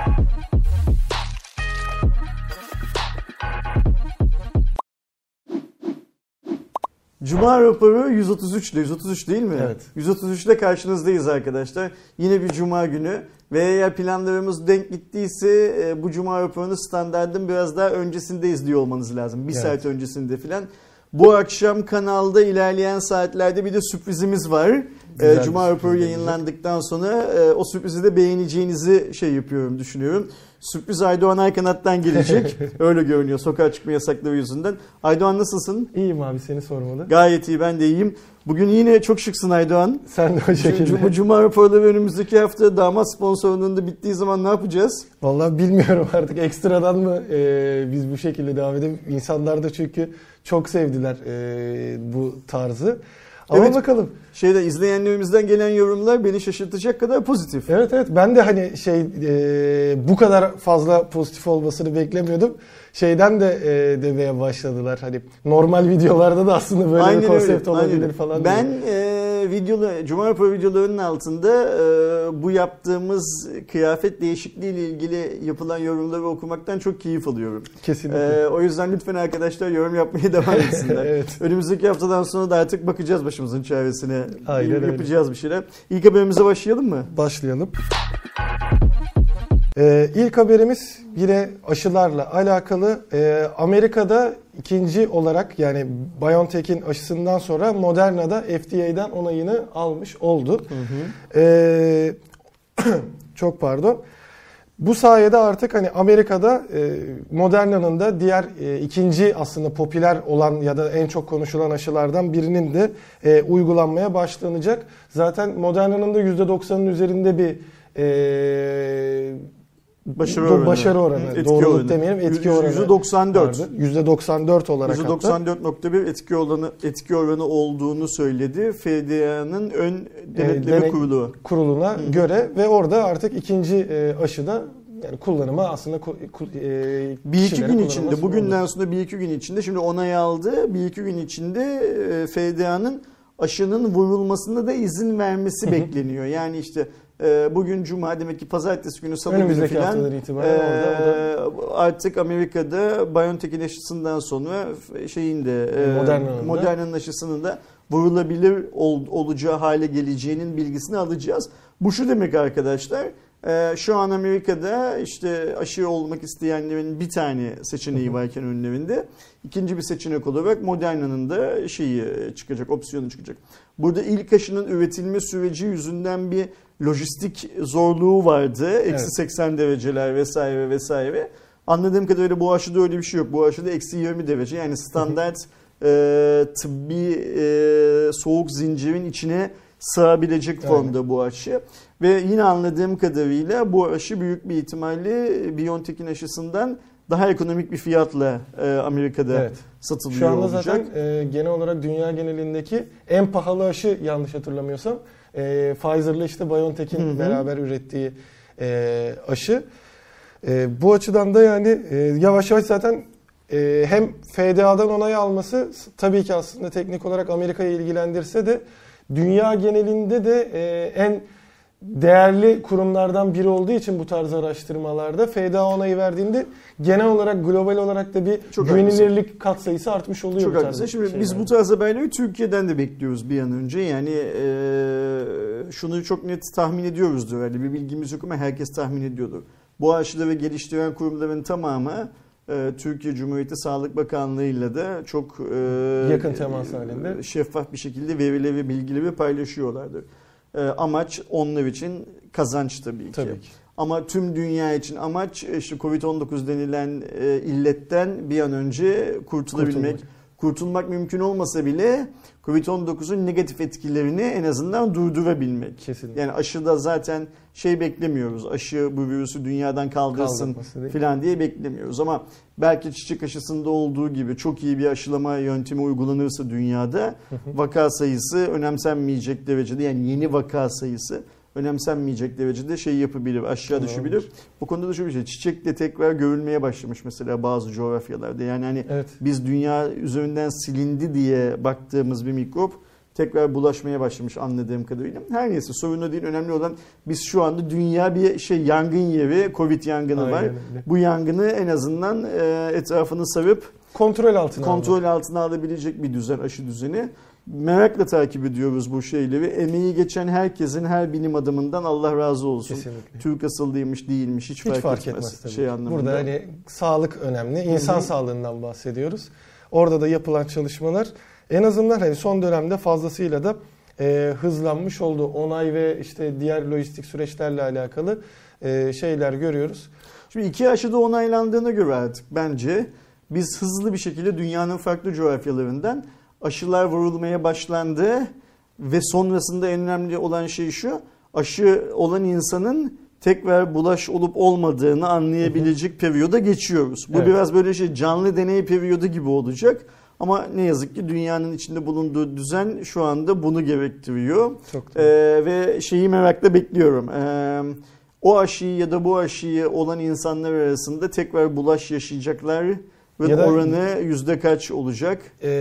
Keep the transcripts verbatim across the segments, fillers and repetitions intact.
Cuma raporu yüz otuz üç'te, yüz otuz üç değil mi? Evet. yüz otuz üç'te karşınızdayız arkadaşlar. Yine bir cuma günü ve eğer planlarımız denk gittiyse bu cuma raporunu standardın biraz daha öncesinde izliyor olmanız lazım. Bir evet. saat öncesinde falan. Bu akşam kanalda ilerleyen saatlerde bir de sürprizimiz var. Güzel cuma raporu yayınlandıktan sonra o sürprizi de beğeneceğinizi şey yapıyorum, düşünüyorum. Sürpriz Aydoğan Aykanat'tan gelecek. Öyle görünüyor sokağa çıkma yasakları yüzünden. Aydoğan nasılsın? İyiyim abi, seni sormalı. Gayet iyi, ben de iyiyim. Bugün yine çok şıksın Aydoğan. Sen de o şekilde. Bu cuma raporları önümüzdeki hafta damat sponsorluğunda bittiği zaman ne yapacağız? Vallahi bilmiyorum artık, ekstradan mı e, biz bu şekilde devam edelim. İnsanlar da çünkü çok sevdiler e, bu tarzı. Ama evet, bakalım. Şeyde izleyenlerimizden gelen yorumlar beni şaşırtacak kadar pozitif. Evet evet, ben de hani şey e, bu kadar fazla pozitif olmasını beklemiyordum. Şeyden de e, demeye başladılar. Hani normal videolarda da aslında böyle aynen bir konsept öyle, olabilir aynen. falan. Ben e, videolu Cuma raporu videolarının altında e, bu yaptığımız kıyafet değişikliği ile ilgili yapılan yorumları okumaktan çok keyif alıyorum. Kesinlikle. E, o yüzden lütfen arkadaşlar yorum yapmaya devam etsinler. Evet. Önümüzdeki haftadan sonra da artık bakacağız başımızın çaresine. Aynen yapacağız öyle. Bir şeyler. İlk haberimize başlayalım mı? Başlayalım. Ee, ilk haberimiz yine aşılarla alakalı. Ee, Amerika'da ikinci olarak, yani BioNTech'in aşısından sonra Moderna'da F D A'dan onayını almış oldu. Hı hı. Ee, çok pardon. Bu sayede artık hani Amerika'da e, Moderna'nın da diğer e, ikinci aslında popüler olan ya da en çok konuşulan aşılardan birinin de e, uygulanmaya başlanacak. Zaten Moderna'nın da yüzde doksanın üzerinde bir e, Başarı oranı. Başarı oranı. Etki Doğruluk oranı. demeyelim. Etki oranı. yüzde doksan dört. yüzde doksan dört olarak yüzde doksan dört nokta bir etki oranı etki oranı olduğunu söyledi F D A'nın ön denetleme e, denek, kurulu kuruluna Hı. göre ve orada artık ikinci e, aşıda yani kullanıma aslında e, bir iki gün içinde, bugünden sonra bir iki gün içinde, şimdi onay aldı. Bir iki gün içinde e, F D A'nın aşının vurulmasına da izin vermesi bekleniyor. Yani işte bugün Cuma, demek ki pazartesi günü, salı günü falan e, artık Amerika'da BioNTech'in aşısından sonra şeyin de Moderna'nın, Moderna'nın aşısının da vurulabilir ol, olacağı hale geleceğinin bilgisini alacağız. Bu şu demek arkadaşlar, e, şu an Amerika'da işte aşı olmak isteyenlerin bir tane seçeneği varken önlerinde, ikinci bir seçenek olarak Moderna'nın da şeyi çıkacak, opsiyonu çıkacak. Burada ilk aşının üretilme süreci yüzünden bir lojistik zorluğu vardı. Eksi evet. seksen dereceler vesaire vesaire. Anladığım kadarıyla bu aşıda öyle bir şey yok. Bu aşıda eksi yirmi derece. Yani standart e, tıbbi e, soğuk zincirin içine sığabilecek formda Aynen. bu aşı. Ve yine anladığım kadarıyla bu aşı büyük bir ihtimalle BioNTech'in aşısından daha ekonomik bir fiyatla e, Amerika'da evet. satılıyor Şu anda olacak. zaten e, genel olarak dünya genelindeki en pahalı aşı, yanlış hatırlamıyorsam. E, Pfizer'la işte BioNTech'in hı hı. beraber ürettiği e, aşı. E, bu açıdan da yani e, yavaş yavaş zaten e, hem F D A'dan onay alması tabii ki aslında teknik olarak Amerika'yı ilgilendirse de dünya genelinde de e, en değerli kurumlardan biri olduğu için bu tarz araştırmalarda F D A onayı verdiğinde genel olarak global olarak da bir çok güvenilirlik haklısın. Katsayısı artmış oluyor. Çok haklısın. Şimdi şeyler. Biz bu tarz haberleri Türkiye'den de bekliyoruz bir an önce. Yani e, şunu çok net tahmin ediyoruzdur. Öyle bir bilgimiz yok ama herkes tahmin ediyordur. Bu aşıları geliştiren kurumların tamamı e, Türkiye Cumhuriyeti Sağlık Bakanlığı'yla da çok e, yakın temas halinde, şeffaf bir şekilde verileri ve bilgileri paylaşıyorlardır. E, amaç onlar için kazanç tabii ki. Tabii ki. Ama tüm dünya için amaç işte kovid on dokuz denilen e, illetten bir an önce kurtulabilmek. Kurtulmak. Kurtulmak mümkün olmasa bile kovid on dokuzun negatif etkilerini en azından durdurabilmek. Kesinlikle. Yani aşıda zaten şey beklemiyoruz. Aşı bu virüsü dünyadan kaldırsın falan diye beklemiyoruz. Ama belki çiçek aşısında olduğu gibi çok iyi bir aşılama yöntemi uygulanırsa dünyada vaka sayısı önemsenmeyecek derecede, yani yeni vaka sayısı önemsenmeyecek derecede şey yapabilir, aşağı düşebilir. Bu konuda da şöyle bir şey, çiçek de tekrar görülmeye başlamış mesela bazı coğrafyalarda. Yani hani evet. biz dünya üzerinden silindi diye baktığımız bir mikrop tekrar bulaşmaya başlamış anladığım kadarıyla. Her neyse sorun o değil. Önemli olan biz şu anda dünya bir şey yangın yeri, Covid yangını Aynen var. öyle. Bu yangını en azından e, etrafını sarıp Kontrol altına kontrol almak. altına alabilecek bir düzen, aşı düzeni. Merakla takip ediyoruz bu şeyleri. Emeği geçen herkesin her bilim adamından Allah razı olsun. Kesinlikle. Türk asıllıymış değilmiş hiç, Hiç fark, fark etmez. etmez tabii. Şey anlamında. Burada hani sağlık önemli. İnsan Hı hı. sağlığından bahsediyoruz. Orada da yapılan çalışmalar en azından hani son dönemde fazlasıyla da e, hızlanmış oldu. Onay ve işte diğer lojistik süreçlerle alakalı e, şeyler görüyoruz. Şimdi iki aşıda onaylandığına göre artık bence biz hızlı bir şekilde dünyanın farklı coğrafyalarından aşılar vurulmaya başlandı ve sonrasında en önemli olan şey şu: aşı olan insanın tekrar bulaş olup olmadığını anlayabilecek periyoda geçiyoruz. Bu Evet. biraz böyle şey canlı deney periyodu gibi olacak. Ama ne yazık ki dünyanın içinde bulunduğu düzen şu anda bunu gerektiriyor. Çok Ee, ve şeyi merakla bekliyorum. Ee, o aşıyı ya da bu aşıyı olan insanlar arasında tekrar bulaş yaşayacaklar ve Ya da- oranı yüzde kaç olacak?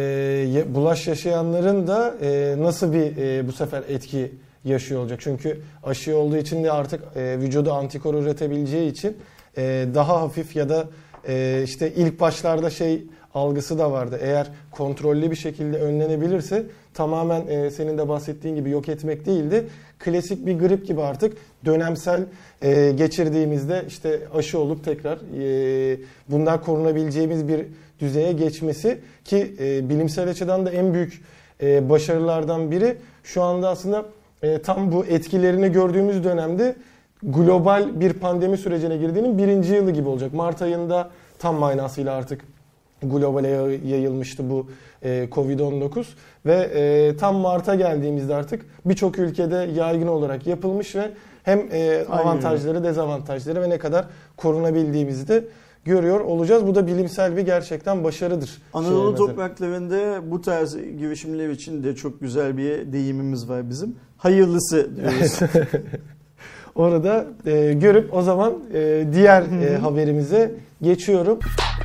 e, bulaş yaşayanların da e, nasıl bir e, bu sefer etki yaşıyor olacak? Çünkü aşı olduğu için de artık e, vücudu antikor üretebileceği için e, daha hafif ya da e, işte ilk başlarda şey algısı da vardı. Eğer kontrollü bir şekilde önlenebilirse tamamen e, senin de bahsettiğin gibi yok etmek değildi. Klasik bir grip gibi artık dönemsel e, geçirdiğimizde işte aşı olup tekrar e, bundan korunabileceğimiz bir düzeye geçmesi ki e, bilimsel açıdan da en büyük e, başarılardan biri şu anda aslında e, tam bu etkilerini gördüğümüz dönemde global bir pandemi sürecine girdiğinin birinci yılı gibi olacak. Mart ayında tam manasıyla artık globale yayılmıştı bu e, kovid on dokuz ve e, tam Mart'a geldiğimizde artık birçok ülkede yaygın olarak yapılmış ve hem e, avantajları, dezavantajları ve ne kadar korunabildiğimizi de görüyor olacağız. Bu da bilimsel bir gerçekten başarıdır. Anadolu topraklarında bu tarz girişimler için de çok güzel bir deyimimiz var bizim. Hayırlısı diyoruz. Orada e, görüp o zaman e, diğer e, haberimize geçiyorum.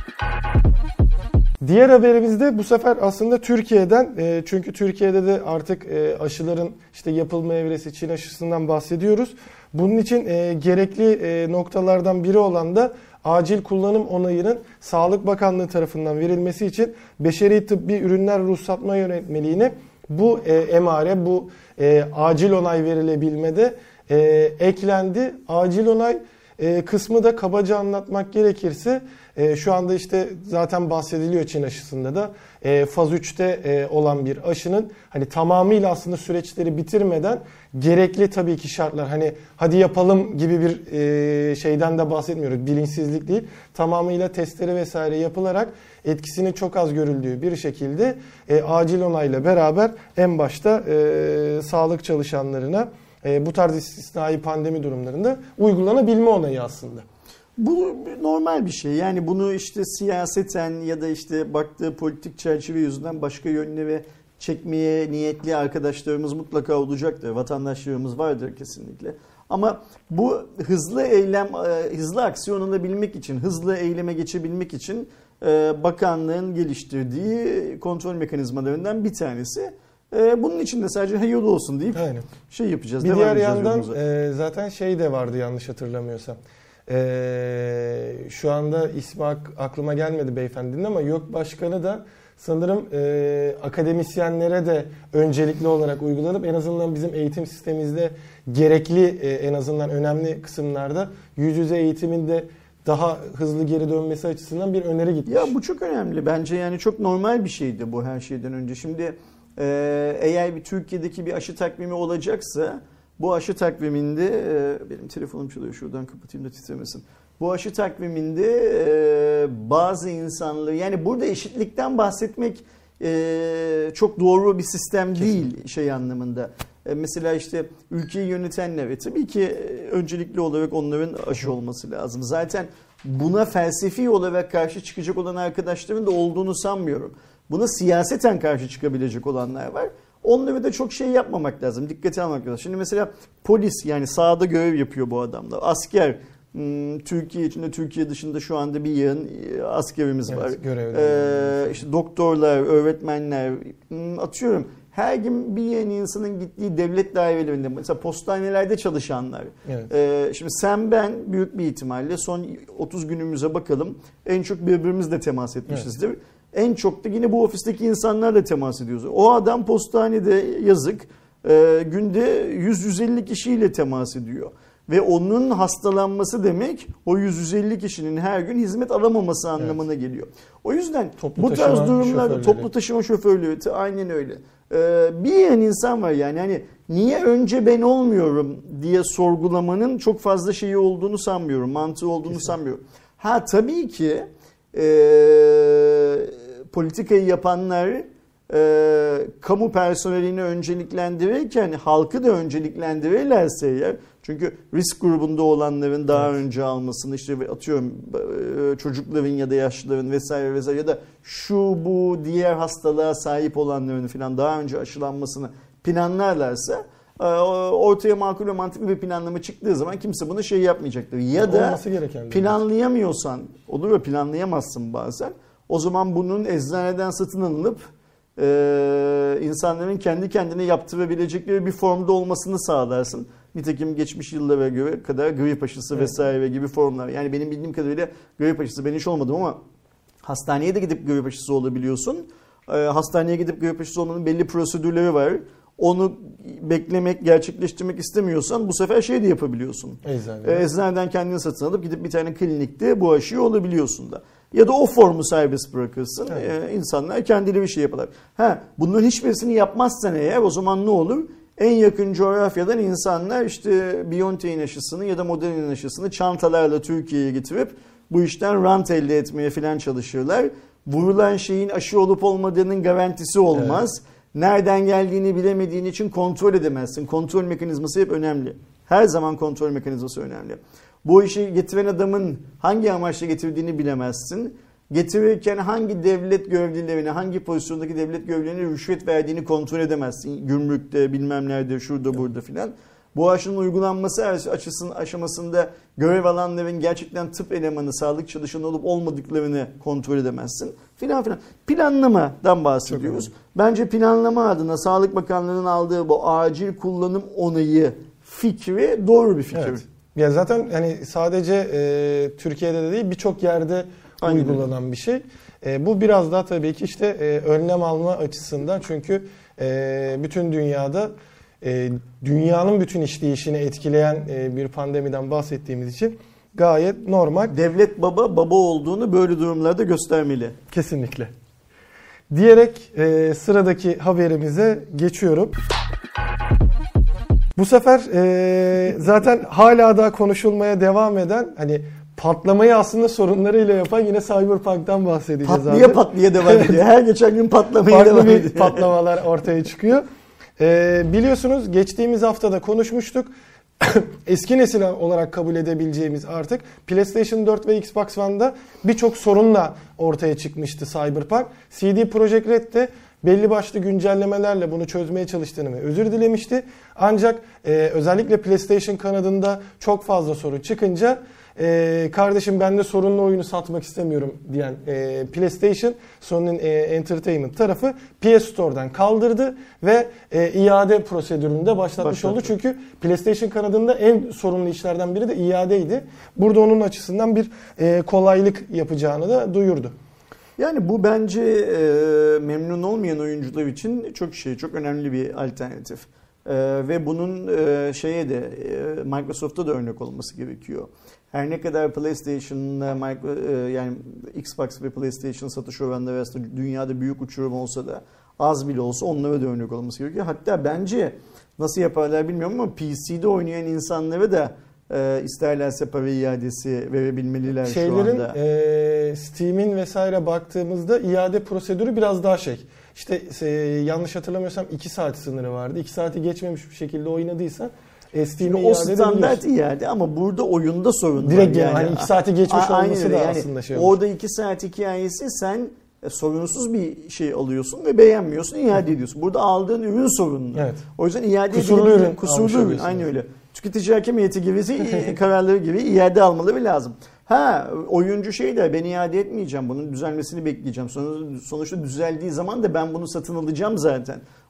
Diğer haberimizde bu sefer aslında Türkiye'den, e, çünkü Türkiye'de de artık e, aşıların işte yapılma evresi, Çin aşısından bahsediyoruz. Bunun için e, gerekli e, noktalardan biri olan da acil kullanım onayının Sağlık Bakanlığı tarafından verilmesi için Beşeri Tıbbi Ürünler Ruhsatma Yönetmeliğine bu e, emare, bu e, acil onay verilebilmede e, eklendi. Acil onay e, kısmı da kabaca anlatmak gerekirse e, şu anda işte zaten bahsediliyor Çin aşısında da e, faz üçte e, olan bir aşının hani tamamıyla aslında süreçleri bitirmeden gerekli tabii ki şartlar, hani hadi yapalım gibi bir e, şeyden de bahsetmiyoruz. Bilinçsizlik değil. Tamamıyla testleri vesaire yapılarak etkisinin çok az görüldüğü bir şekilde e, acil onayla beraber en başta e, sağlık çalışanlarına e, bu tarz istisnai pandemi durumlarında uygulanabilme onayı aslında. Bu normal bir şey. Yani bunu işte siyaseten ya da işte baktığı politik çerçeve yüzünden başka yönlere çekmeye niyetli arkadaşlarımız mutlaka olacaktır. Vatandaşlarımız vardır kesinlikle. Ama bu hızlı eylem, hızlı aksiyon alabilmek için, hızlı eyleme geçebilmek için bakanlığın geliştirdiği kontrol mekanizmalarından bir tanesi. Bunun için de sadece hayırlı olsun deyip Aynen. şey yapacağız. Bir devam diğer edeceğiz yandan yolumuza. e, zaten şey de vardı yanlış hatırlamıyorsam. E, şu anda ismi ak- aklıma gelmedi beyefendinin ama YÖK Başkanı da sanırım e, akademisyenlere de öncelikli olarak uygulanıp en azından bizim eğitim sistemimizde gerekli e, en azından önemli kısımlarda yüz yüze eğitiminde daha hızlı geri dönmesi açısından bir öneri gitmiş. Ya bu çok önemli. Bence yani çok normal bir şeydi bu her şeyden önce. Şimdi e, eğer bir Türkiye'deki bir aşı takvimi olacaksa bu aşı takviminde e, benim telefonum çalıyor, şuradan kapatayım da titremesin. Bu aşı takviminde e, bazı insanları, yani burada eşitlikten bahsetmek e, çok doğru bir sistem değil. Kesinlikle. Şey anlamında. E, mesela işte ülkeyi yönetenler ve tabii ki e, öncelikli olarak onların aşı olması lazım. Zaten buna felsefi olarak karşı çıkacak olan arkadaşların da olduğunu sanmıyorum. Buna siyaseten karşı çıkabilecek olanlar var. Onları da çok şey yapmamak lazım. Dikkate almak lazım. Şimdi mesela polis, yani sahada görev yapıyor bu adamlar. Asker, Türkiye içinde, Türkiye dışında şu anda bir yığın askerimiz var. Evet, ee, işte doktorlar, öğretmenler, atıyorum her gün bir yeni insanın gittiği devlet dairelerinde, mesela postanelerde çalışanlar. Evet. Ee, şimdi sen ben büyük bir ihtimalle son otuz günümüze bakalım en çok birbirimizle temas etmişizdir. Evet. En çok da yine bu ofisteki insanlarla temas ediyoruz. O adam postanede yazık e, günde yüz yüz elli kişiyle temas ediyor. Ve onun hastalanması demek o yüz yüz elli kişinin her gün hizmet alamaması anlamına evet. geliyor. O yüzden toplu bu tarz durumlarda toplu taşıma şoförlüğü aynen öyle. Ee, bir yan insan var yani hani niye önce ben olmuyorum diye sorgulamanın çok fazla şeyi olduğunu sanmıyorum, mantığı olduğunu Kesin. sanmıyorum. Ha tabii ki e, politikayı yapanlar e, kamu personelini önceliklendirirken halkı da önceliklendirirlerse eğer, çünkü risk grubunda olanların daha evet. önce almasını, işte atıyorum çocukların ya da yaşlıların vesaire vesaire ya da şu bu diğer hastalığa sahip olanların falan daha önce aşılanmasını planlarlarsa ortaya makul ve mantıklı bir planlama çıktığı zaman kimse bunu şey yapmayacaktır. Ya da planlayamıyorsan, olur ve planlayamazsın bazen. O zaman bunun eczaneden satın alınıp e, insanların kendi kendine yaptırabilecekleri bir formda olmasını sağlarsın. Nitekim geçmiş yıllara göre kadar grip aşısı evet. vesaire gibi formlar. Yani benim bildiğim kadarıyla grip aşısı, ben hiç olmadım ama hastaneye de gidip grip aşısı olabiliyorsun. E, hastaneye gidip grip aşısı olmanın belli prosedürleri var. Onu beklemek, gerçekleştirmek istemiyorsan bu sefer şey de yapabiliyorsun. Eczaneden. Eczaneden kendini satın alıp gidip bir tane klinikte bu aşıyı olabiliyorsun da. Ya da o formu serbest bırakırsın. Evet. Ee, insanlar kendileri bir şey yaparlar. Ha, bunların hiçbirisini yapmazsan eğer o zaman ne olur? En yakın coğrafyadan insanlar işte BioNTech'in aşısını ya da Moderna'nın aşısını çantalarla Türkiye'ye getirip bu işten rant elde etmeye falan çalışırlar. Vurulan şeyin aşı olup olmadığının garantisi olmaz. Evet. Nereden geldiğini bilemediğin için kontrol edemezsin. Kontrol mekanizması hep önemli. Her zaman kontrol mekanizması önemli. Bu işi getiren adamın hangi amaçla getirdiğini bilemezsin. Getirirken hangi devlet görevlilerine, hangi pozisyondaki devlet görevlilerine rüşvet verdiğini kontrol edemezsin. Gümrükte, bilmem nerede, şurada, burada filan. Bu aşının uygulanması açısının aşamasında görev alanların gerçekten tıp elemanı, sağlık çalışanı olup olmadıklarını kontrol edemezsin. Filan filan. Planlamadan bahsediyoruz. Bence planlama adına Sağlık Bakanlığı'nın aldığı bu acil kullanım onayı fikri doğru bir fikir. Evet. Ya zaten hani sadece e, Türkiye'de de değil birçok yerde Aynen. uygulanan bir şey. E, bu biraz daha tabii ki işte e, önlem alma açısından, çünkü e, bütün dünyada e, dünyanın bütün işleyişini etkileyen e, bir pandemiden bahsettiğimiz için gayet normal. Devlet baba baba olduğunu böyle durumlarda göstermeli. Kesinlikle. Diyerek e, sıradaki haberimize geçiyorum. Bu sefer e, zaten hala da konuşulmaya devam eden, hani patlamayı aslında sorunlarıyla yapan yine Cyberpunk'tan bahsedeceğiz. Patlaya abi. Patlaya devam ediyor. Her geçen gün patlamaya devam ediyor. Farklı patlamalar ortaya çıkıyor. E, biliyorsunuz geçtiğimiz haftada konuşmuştuk. Eski nesil olarak kabul edebileceğimiz artık PlayStation dört ve Xbox One'da birçok sorunla ortaya çıkmıştı Cyberpunk. C D Projekt Red de belli başlı güncellemelerle bunu çözmeye çalıştığını ve özür dilemişti. Ancak e, özellikle PlayStation kanadında çok fazla sorun çıkınca e, kardeşim ben de sorunlu oyunu satmak istemiyorum diyen e, PlayStation, Sony'nin e, Entertainment tarafı P S Store'dan kaldırdı ve e, iade prosedürünü de başlatmış Başlattı. oldu. Çünkü PlayStation kanadında en sorunlu işlerden biri de iadeydi. Burada onun açısından bir e, kolaylık yapacağını da duyurdu. Yani bu bence e, memnun olmayan oyuncular için çok şey, çok önemli bir alternatif. E, ve bunun e, şeye de e, Microsoft'ta da örnek olması gerekiyor. Her ne kadar PlayStation'la e, yani Xbox ve PlayStation satış oranları arasında dünyada büyük uçurum olsa da az bile olsa onlara da örnek olması gerekiyor. Hatta bence nasıl yaparlar bilmiyorum ama P C'de oynayan insanlara da E, isterlerse para iadesi verebilmeliler Şeylerin, şu anda. E, Steam'in vesaire baktığımızda iade prosedürü biraz daha şey. İşte e, yanlış hatırlamıyorsam iki saat sınırı vardı. iki saati geçmemiş bir şekilde oynadıysan e, Steam'e iade edebiliyorsun. O standart iade ama burada oyunda sorun Direkt var. Yani hani iki saati geçmiş A- olması da yani aslında şey olmuş. Orada iki saat hikayesi sen e, sorunsuz bir şey alıyorsun ve beğenmiyorsun, iade ediyorsun. Burada aldığın ürün sorunlu. Evet. O yüzden iade kusurlu ürün. Kusurlu ürün. Aynı öyle. Tüketici hakem heyeti gibisi kararları gibi iade almaları lazım. Ha oyuncu şey de ben iade etmeyeceğim. Bunun düzelmesini bekleyeceğim. Sonuçta düzeldiği zaman da ben bunu satın alacağım zaten.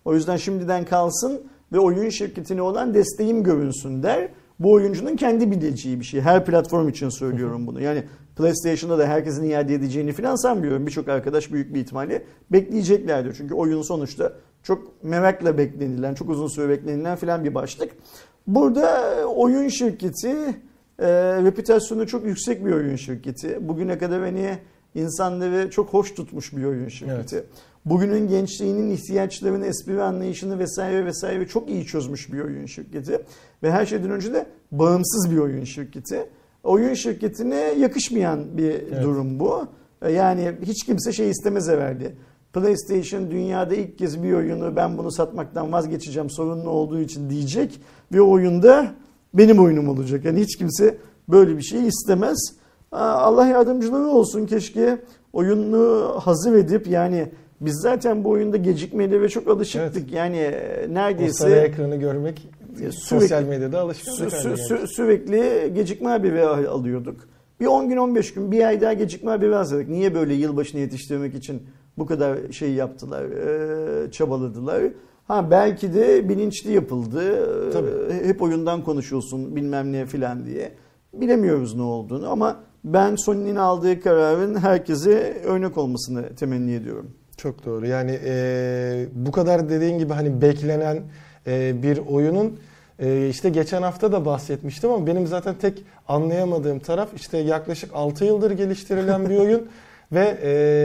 O yüzden şimdiden kalsın ve oyun şirketine olan desteğim görünsün der. Bu oyuncunun kendi bileceği bir şey. Her platform için söylüyorum bunu. Yani PlayStation'da da herkesin iade edeceğini falan sanmıyorum. Birçok arkadaş büyük bir ihtimalle bekleyeceklerdir. Çünkü oyun sonuçta çok merakla beklenilen, çok uzun süre beklenilen falan bir başlık. Burada oyun şirketi, e, reputasyonu çok yüksek bir oyun şirketi. Bugüne kadar hani insanları çok hoş tutmuş bir oyun şirketi. Evet. Bugünün gençliğinin ihtiyaçlarını, espri anlayışını vesaire vesaire çok iyi çözmüş bir oyun şirketi. Ve her şeyden önce de bağımsız bir oyun şirketi. Oyun şirketine yakışmayan bir evet. durum bu. Yani hiç kimse şey istemez evveldi. PlayStation dünyada ilk kez bir oyunu ben bunu satmaktan vazgeçeceğim sorunlu olduğu için diyecek. Ve o oyunda benim oyunum olacak. Yani hiç kimse böyle bir şey istemez. Allah yardımcıları olsun, keşke oyunu hazır edip, yani biz zaten bu oyunda gecikmelere çok alışıktık. Evet. Yani neredeyse... O sarı ekranı görmek sürekli, sosyal medyada alışkanlık. Sü, sü, sü, sürekli gecikme haberi alıyorduk. Bir on gün on beş gün bir ay daha gecikme haberi alıyorduk. Niye böyle yılbaşını yetiştirmek için bu kadar şey yaptılar, çabaladılar? Ha belki de bilinçli yapıldı. Tabii. Hep oyundan konuşulsun bilmem ne filan diye. Bilemiyoruz ne olduğunu ama ben Sony'nin aldığı kararın herkese örnek olmasını temenni ediyorum. Çok doğru. Yani e, bu kadar dediğin gibi hani beklenen e, bir oyunun e, işte geçen hafta da bahsetmiştim ama benim zaten tek anlayamadığım taraf işte yaklaşık altı yıldır geliştirilen bir oyun ve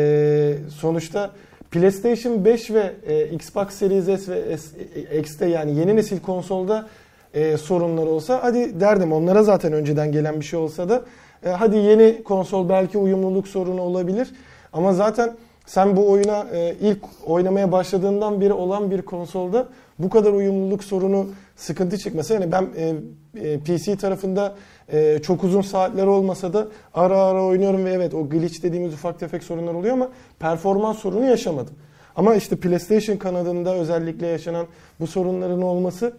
e, sonuçta PlayStation beş ve e, Xbox Series S ve S, X'te yani yeni nesil konsolda e, sorunlar olsa hadi derdim, onlara zaten önceden gelen bir şey olsa da e, hadi yeni konsol belki uyumluluk sorunu olabilir ama zaten sen bu oyuna e, ilk oynamaya başladığından beri olan bir konsolda bu kadar uyumluluk sorunu, sıkıntı çıkması. Yani ben e, e, P C tarafında e, çok uzun saatler olmasa da ara ara oynuyorum ve evet o glitch dediğimiz ufak tefek sorunlar oluyor ama performans sorunu yaşamadım. Ama işte PlayStation kanadında özellikle yaşanan bu sorunların olması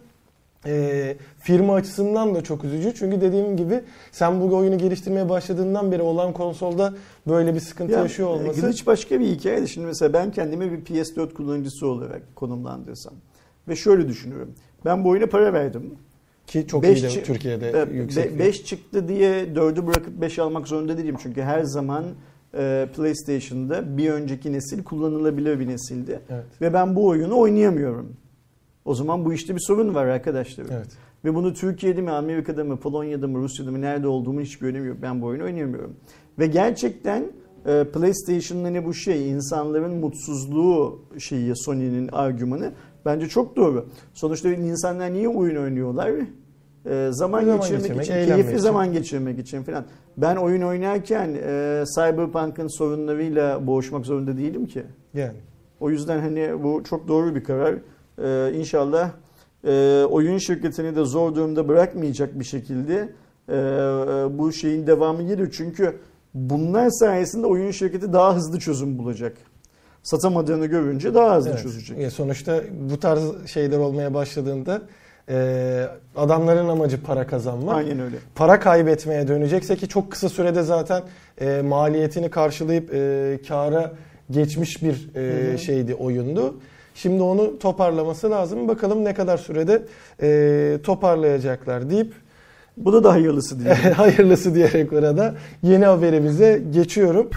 e, firma açısından da çok üzücü. Çünkü dediğim gibi sen bu oyunu geliştirmeye başladığından beri olan konsolda böyle bir sıkıntı ya, yaşıyor olması. Glitch başka bir hikaye. Şimdi mesela ben kendimi bir P S dört kullanıcısı olarak konumlandırsam ve şöyle düşünüyorum. Ben bu oyuna para verdim. Ki çok iyi de Türkiye'de e, yüksek. beş çıktı diye dördü bırakıp beş almak zorunda değilim. Çünkü her zaman e, PlayStation'da bir önceki nesil kullanılabilir bir nesildi. Evet. Ve ben bu oyunu oynayamıyorum. O zaman bu işte bir sorun var arkadaşlar. Evet. Ve bunu Türkiye'de mi, Amerika'da mı, Polonya'da mı, Rusya'da mı, nerede olduğumun hiçbir önemi yok. Ben bu oyunu oynayamıyorum. Ve gerçekten e, PlayStation'ın hani bu şey, insanların mutsuzluğu şeyi, Sony'nin argümanı bence çok doğru. Sonuçta insanlar niye oyun oynuyorlar? E, zaman, zaman geçirmek, geçirmek için, keyifli için. zaman geçirmek için falan. Ben oyun oynarken e, Cyberpunk'ın sorunlarıyla boğuşmak zorunda değilim ki. Yani. O yüzden hani bu çok doğru bir karar. Ee, İnşallah e, oyun şirketini de zor durumda bırakmayacak bir şekilde e, bu şeyin devamı gelir. Çünkü bunlar sayesinde oyun şirketi daha hızlı çözüm bulacak. Satamadığını görünce daha hızlı evet. çözecek. Ya sonuçta bu tarz şeyler olmaya başladığında e, adamların amacı para kazanmak. Aynen öyle. Para kaybetmeye dönecekse ki çok kısa sürede zaten e, maliyetini karşılayıp e, kâra geçmiş bir e, şeydi, oyundu. Şimdi onu toparlaması lazım. Bakalım ne kadar sürede e, toparlayacaklar deyip bunu da hayırlısı diyelim. hayırlısı diyerek orada yeni haberimize geçiyorum.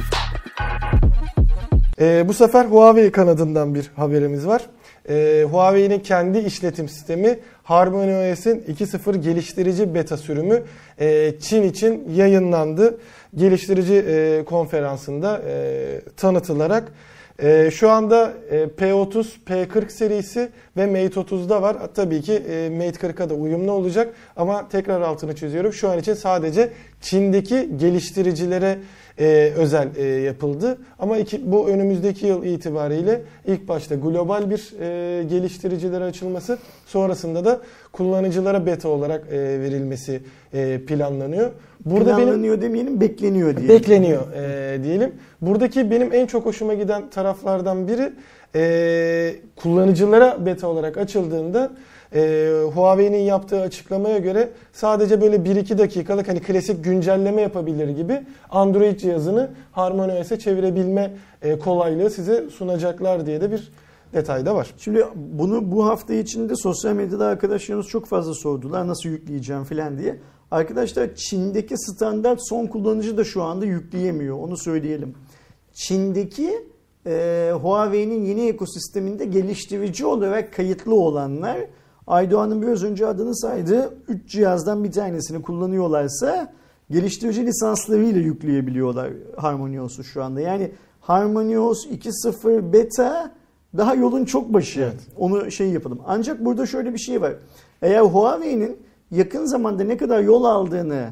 E, bu sefer Huawei kanadından bir haberimiz var. E, Huawei'nin kendi işletim sistemi HarmonyOS'in iki nokta sıfır geliştirici beta sürümü e, Çin için yayınlandı. Geliştirici e, konferansında e, tanıtılarak Ee, şu anda e, P otuz, P kırk serisi ve Mate otuzda var. Tabii ki e, Mate kırka da uyumlu olacak ama tekrar altını çiziyorum. Şu an için sadece Çin'deki geliştiricilere e, özel e, yapıldı. Ama iki, bu önümüzdeki yıl itibariyle ilk başta global bir e, geliştiricilere açılması, sonrasında da kullanıcılara beta olarak e, verilmesi e, planlanıyor. Burada planlanıyor benim, demeyelim, bekleniyor diyelim. Bekleniyor e, diyelim. Buradaki benim en çok hoşuma giden taraflardan biri e, kullanıcılara beta olarak açıldığında e, Huawei'nin yaptığı açıklamaya göre sadece böyle bir iki dakikalık hani klasik güncelleme yapabilir gibi Android cihazını HarmonyOS'e çevirebilme e, kolaylığı size sunacaklar diye de bir detayda var. Şimdi bunu bu hafta içinde sosyal medyada arkadaşlarımız çok fazla sordular. Nasıl yükleyeceğim falan diye. Arkadaşlar Çin'deki standart son kullanıcı da şu anda yükleyemiyor. Onu söyleyelim. Çin'deki e, Huawei'nin yeni ekosisteminde geliştirici olarak kayıtlı olanlar, Aydoğan'ın biraz önce adını saydığı üç cihazdan bir tanesini kullanıyorlarsa geliştirici lisanslarıyla yükleyebiliyorlar HarmonyOS'u şu anda. Yani HarmonyOS iki nokta sıfır beta daha yolun çok başı. Evet. Onu şey yapalım. Ancak burada şöyle bir şey var. Eğer Huawei'nin yakın zamanda ne kadar yol aldığını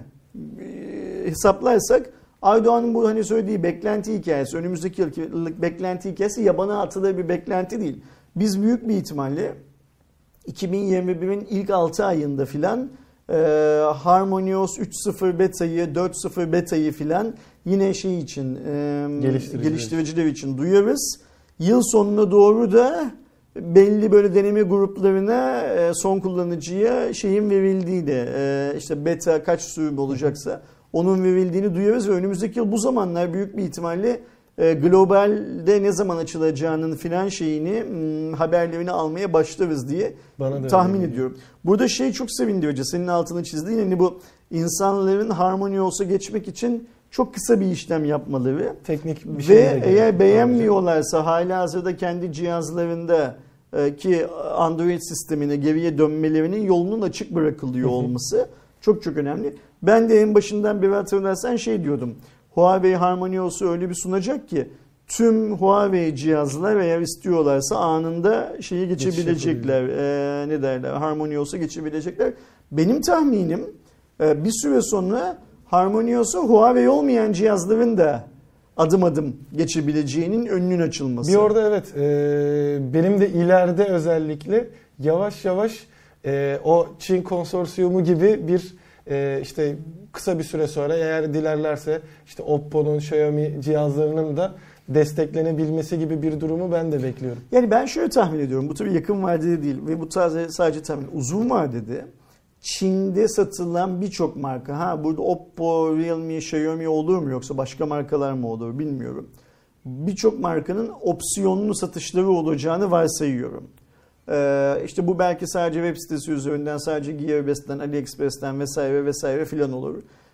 e, hesaplarsak, Aydoğan'ın bu hani söylediği beklenti hikayesi, önümüzdeki yıllık beklenti hikayesi yabana atılır bir beklenti değil. Biz büyük bir ihtimalle iki bin yirmi birin ilk altı ayında filan e, HarmonyOS üç nokta sıfır beta'yı, dört nokta sıfır beta'yı filan yine şey için e, Geliştiriciler. geliştiriciler için duyarız. Yıl sonuna doğru da belli böyle deneme gruplarına e, son kullanıcıya şeyin verildiğini, e, işte beta kaç sürüm olacaksa onun verildiğini duyarız ve önümüzdeki yıl bu zamanlar büyük bir ihtimalle e, globalde ne zaman açılacağının filan şeyini m, haberlerini almaya başlarız diye Bana tahmin ediyorum. Burada şey çok sevindirici, senin altını çizdiğin, hani bu insanların HarmonyOS'a geçmek için çok kısa bir işlem yapmaları teknik bir şey ve eğer beğenmiyorlarsa halihazırda kendi cihazlarında e, ki Android sistemine geriye dönmelerinin yolunun açık bırakılıyor olması çok çok önemli. Ben de en başından beri hatırlarsan şey diyordum. Huawei HarmonyOS'u öyle bir sunacak ki tüm Huawei cihazlar eğer istiyorlarsa anında şeyi geçebilecekler. E, ne derler? HarmonyOS'a geçebilecekler. Benim tahminim e, bir süre sonra HarmonyOS'u Huawei olmayan cihazların da adım adım geçebileceğinin önünün açılması. Bir orada evet e, benim de ileride özellikle yavaş yavaş e, o Çin konsorsiyumu gibi bir e, işte kısa bir süre sonra eğer dilerlerse işte Oppo'nun, Xiaomi cihazlarının da desteklenebilmesi gibi bir durumu ben de bekliyorum. Yani ben şöyle tahmin ediyorum. Bu tabii yakın vadede değil ve bu tarzı sadece tahmin. Uzun vadede Çin'de satılan birçok marka, ha burada Oppo, Realme, Xiaomi olur mu yoksa başka markalar mı olur bilmiyorum. Birçok markanın opsiyonlu satışları olacağını varsayıyorum. Ee, işte bu belki sadece web sitesi üzerinden, sadece Gearbest'ten, AliExpress'ten vesaire vesaire filan olur.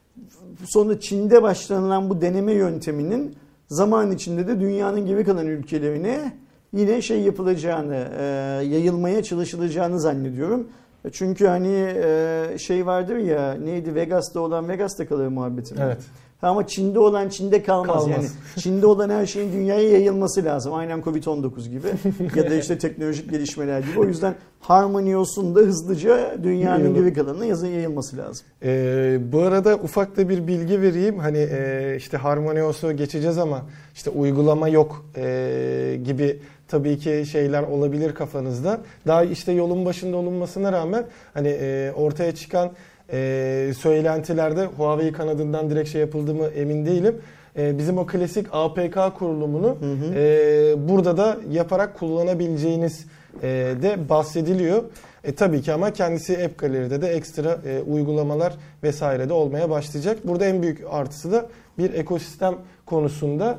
Sonra Çin'de başlanılan bu deneme yönteminin zaman içinde de dünyanın geri kalan ülkelerine yine şey yapılacağını, e, yayılmaya çalışılacağını zannediyorum. Çünkü hani şey vardır ya, neydi, Vegas'ta olan Vegas'ta kalır muhabbeti. Evet. Ama Çin'de olan Çin'de kalmaz. kalmaz. Yani Çin'de olan her şeyin dünyaya yayılması lazım. Aynen kovid on dokuz gibi ya da işte teknolojik gelişmeler gibi. O yüzden HarmonyOS'un da hızlıca dünyanın geri kalanına yazın yayılması lazım. Ee, bu arada ufak da bir bilgi vereyim. Hani e, işte HarmonyOS'u geçeceğiz ama işte uygulama yok e, gibi tabii ki şeyler olabilir kafanızda. Daha işte yolun başında olunmasına rağmen hani e, ortaya çıkan e, söylentilerde Huawei kanadından direkt şey yapıldı mı emin değilim. E, bizim o klasik A P K kurulumunu hı hı. E, burada da yaparak kullanabileceğiniz e, de bahsediliyor. E, tabii ki ama kendisi App Gallery'de de ekstra e, uygulamalar vesaire de olmaya başlayacak. Burada en büyük artısı da bir ekosistem konusunda.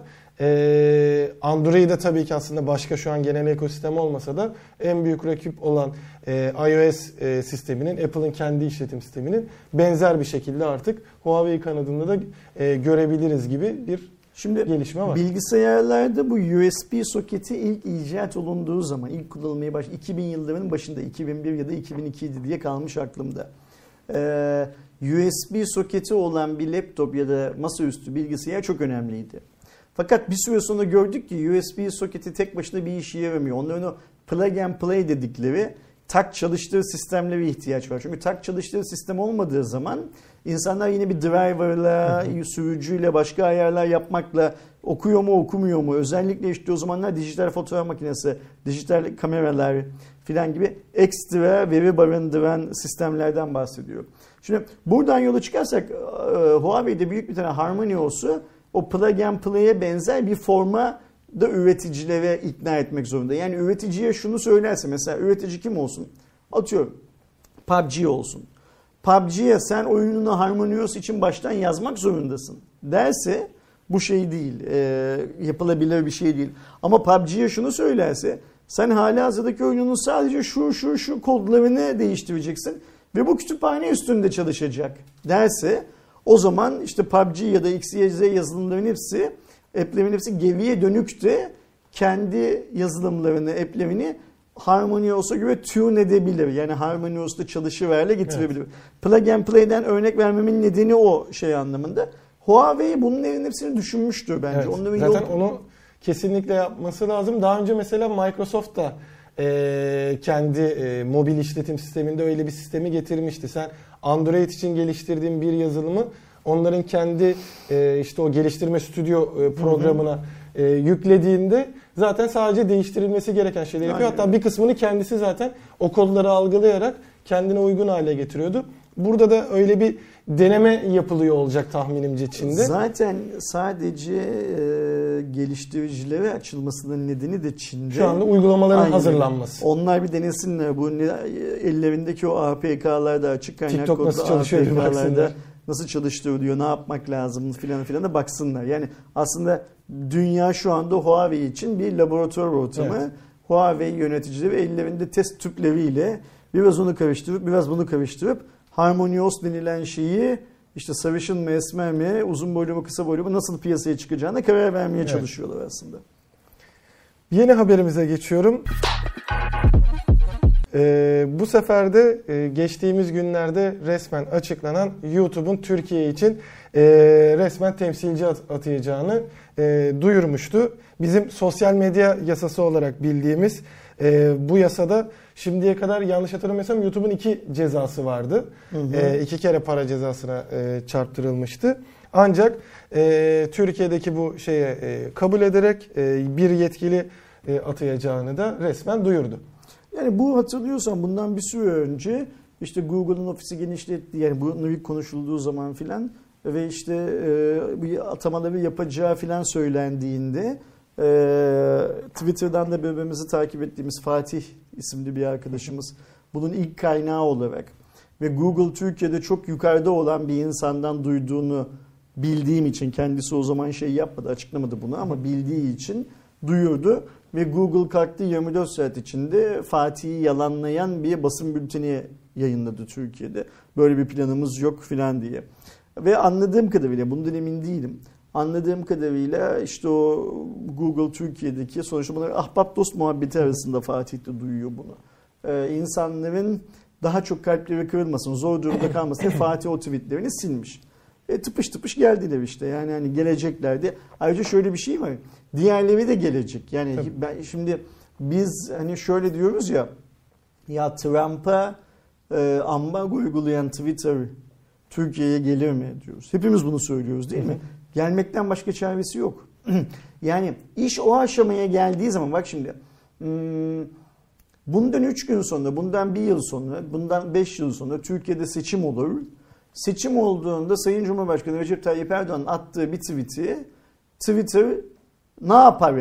Ee, Android'de tabii ki aslında başka şu an genel ekosistem olmasa da en büyük rakip olan e, iOS e, sisteminin, Apple'ın kendi işletim sisteminin benzer bir şekilde artık Huawei kanadında da e, görebiliriz gibi bir Şimdi gelişme var. Bilgisayarlarda bu U S B soketi ilk icat olunduğu zaman, ilk kullanılmaya başladı. iki bin yıllarının başında, iki bin bir ya da iki bin iki diye kalmış aklımda. Ee, U S B soketi olan bir laptop ya da masaüstü bilgisayar çok önemliydi. Fakat bir süre sonra gördük ki U S B soketi tek başına bir işe yaramıyor. Onların o plug and play dedikleri tak çalıştır sistemlere ihtiyaç var. Çünkü tak çalıştır sistem olmadığı zaman insanlar yine bir driverla, sürücüyle, başka ayarlar yapmakla okuyor mu okumuyor mu? Özellikle işte o zamanlar dijital fotoğraf makinesi, dijital kameralar filan gibi ekstra veri barındıran sistemlerden bahsediyor. Şimdi buradan yola çıkarsak Huawei'de büyük bir tane HarmonyOS'u o plug and play'e benzer bir forma da üreticilere ikna etmek zorunda. Yani üreticiye şunu söylerse, mesela üretici kim olsun? Atıyorum P U B G olsun. P U B G'ye sen oyununu HarmonyOS için baştan yazmak zorundasın derse bu şey değil, e, yapılabilir bir şey değil. Ama P U B G'ye şunu söylerse, Sen halihazırdaki oyununun sadece şu şu şu kodlarını değiştireceksin ve bu kütüphane üstünde çalışacak derse o zaman işte P U B G ya da X Y Z yazılımların hepsi, app'lerin hepsi geriye dönük de kendi yazılımlarını, app'lerini HarmonyOS'a göre tune edebilir. Yani HarmonyOS'ta çalışır hale getirebilir. Evet. Plug and Play'den örnek vermemin nedeni o şey anlamında. Huawei bunun evinin hepsini düşünmüştür bence. Evet. Onların Zaten yol... onu kesinlikle yapması lazım. Daha önce mesela Microsoft da e, kendi e, mobil işletim sisteminde öyle bir sistemi getirmişti. Sen Android için geliştirdiğin bir yazılımı onların kendi e, işte o geliştirme stüdyo e, programına e, yüklediğinde zaten sadece değiştirilmesi gereken şeyleri yapıyor. Aynen. Hatta bir kısmını kendisi zaten o kodları algılayarak kendine uygun hale getiriyordu. Burada da öyle bir deneme yapılıyor olacak tahminimce Çin'de. Zaten sadece e, geliştiricilere açılmasının nedeni de Çin'de. Şu anda uygulamaların Aynen. hazırlanması. Onlar bir denesinler. Bu ellerindeki o A P K'larda, açık kaynak kodlu nasıl çalışıyor A P K'larda nasıl çalıştırılıyor, ne yapmak lazım filan filan da baksınlar. Yani aslında dünya şu anda Huawei için bir laboratuvar ortamı. Evet. Huawei yöneticileri ellerinde test tüpleriyle biraz onu karıştırıp biraz bunu karıştırıp HarmonyOS denilen şeyi işte sarışın mı, esmer mi, uzun boylu mu, kısa boylu mu nasıl piyasaya çıkacağına karar vermeye evet. çalışıyorlar aslında. Yeni haberimize geçiyorum. Ee, bu sefer de e, geçtiğimiz günlerde resmen açıklanan YouTube'un Türkiye için e, resmen temsilci at- atayacağını e, duyurmuştu. Bizim sosyal medya yasası olarak bildiğimiz e, bu yasada şimdiye kadar yanlış hatırlamıyorsam YouTube'un iki cezası vardı. Hı hı. E, iki kere para cezasına e, çarptırılmıştı. Ancak e, Türkiye'deki bu şeye e, kabul ederek e, bir yetkili e, atayacağını da resmen duyurdu. Yani bu hatırlıyorsan bundan bir süre önce işte Google'ın ofisi genişletti. Yani bunun ilk konuşulduğu zaman filan ve işte e, bir atamaları yapacağı filan söylendiğinde e, Twitter'dan da birbirimizi takip ettiğimiz Fatih isimli bir arkadaşımız bunun ilk kaynağı olarak ve Google Türkiye'de çok yukarıda olan bir insandan duyduğunu bildiğim için, kendisi o zaman şey yapmadı, açıklamadı bunu ama bildiği için duyurdu. Ve Google kalktı yirmi dört saat içinde Fatih'i yalanlayan bir basın bülteni yayınladı Türkiye'de. Böyle bir planımız yok filan diye. Ve anladığım kadarıyla, bundan emin değilim. Anladığım kadarıyla işte o Google Türkiye'deki sonuçta bunlar ahbap dost muhabbeti arasında Fatih de duyuyor bunu. Ee, insanların daha çok kalpleri kırılmasın, zor durumda kalmasın diye Fatih o tweetlerini silmiş. E, tıpış tıpış geldiler işte. Yani hani geleceklerdi. Ayrıca şöyle bir şey var. Diğerleri de gelecek. Yani Tabii. ben şimdi biz hani şöyle diyoruz ya ya Trump'a e, ambargo uygulayan Twitter Türkiye'ye gelir mi diyoruz. Hepimiz bunu söylüyoruz değil Hı-hı. mi? Gelmekten başka çaresi yok. Yani iş o aşamaya geldiği zaman bak şimdi hmm, bundan üç gün sonra, bundan bir yıl sonra, bundan beş yıl sonra Türkiye'de seçim olur. Seçim olduğunda Sayın Cumhurbaşkanı Recep Tayyip Erdoğan'ın attığı bir tweet'i Twitter ne yapar?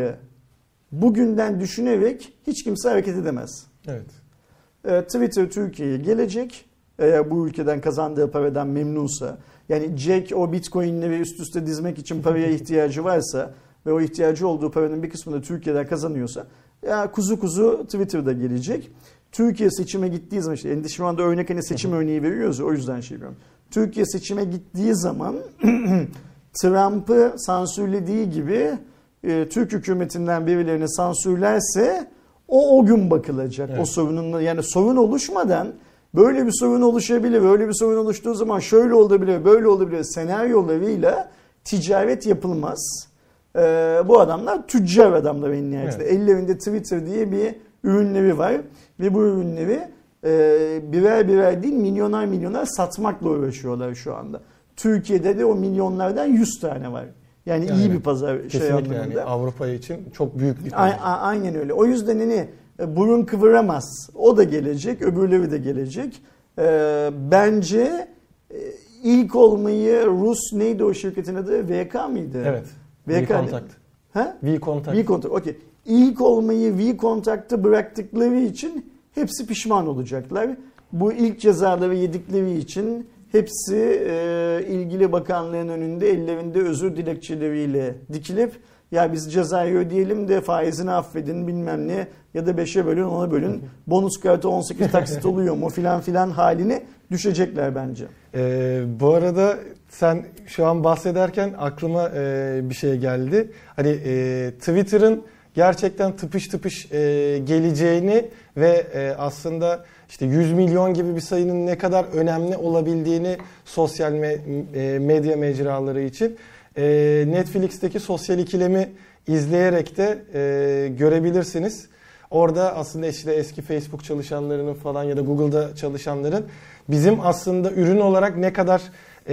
Bugünden düşünerek hiç kimse hareket edemez. Evet. Ee, Twitter Türkiye'ye gelecek. Eğer bu ülkeden kazandığı paradan memnunsa. Yani Jack o bitcoinleri üst üste dizmek için paraya ihtiyacı varsa ve o ihtiyacı olduğu paranın bir kısmını Türkiye'den kazanıyorsa ya kuzu kuzu Twitter'da gelecek. Türkiye seçime gittiği zaman işte şu anda örnek hani seçim örneği veriyoruz ya, o yüzden şey diyorum. Türkiye seçime gittiği zaman Trump'ı sansürlediği gibi e, Türk hükümetinden birilerini sansürlerse o o gün bakılacak. Evet. O sorunun yani sorun oluşmadan böyle bir sorun oluşabilir. Böyle bir sorun oluştuğu zaman şöyle olabilir, böyle olabilir senaryolarıyla ticaret yapılmaz. E, bu adamlar tüccar adamlar en nihayetinde. Evet. Ellerinde Twitter diye bir ürünleri var ve bu ürünleri e, birer birer değil milyoner milyoner satmakla uğraşıyorlar şu anda. Türkiye'de de o milyonlardan yüz tane var. Yani, yani iyi bir pazar şey anlamında. Yani Avrupa için çok büyük bir pazar. A- aynen öyle. O yüzden hani burun kıvıramaz. O da gelecek, öbürleri de gelecek. E, bence e, ilk olmayı Rus neydi o şirketin adı? V K mıydı? Evet. V-Contact. Ha? V-Contact. V-Contact. Okey. İlk olmayı V-Contact'ta bıraktıkları için hepsi pişman olacaklar. Bu ilk cezaları yedikleri için hepsi e, ilgili bakanlığın önünde ellerinde özür dilekçeleriyle dikilip ya biz cezayı ödeyelim de faizini affedin bilmem ne ya da beşe bölün ona bölün bonus kartı on sekiz taksit oluyor mu filan filan haline düşecekler bence. Ee, bu arada sen şu an bahsederken aklıma e, bir şey geldi. Hani e, Twitter'ın gerçekten tıpış tıpış e, geleceğini ve e, aslında işte yüz milyon gibi bir sayının ne kadar önemli olabildiğini sosyal me- e, medya mecraları için e, Netflix'teki Sosyal İkilem'i izleyerek de e, görebilirsiniz. Orada aslında işte eski Facebook çalışanlarının falan ya da Google'da çalışanların bizim aslında ürün olarak ne kadar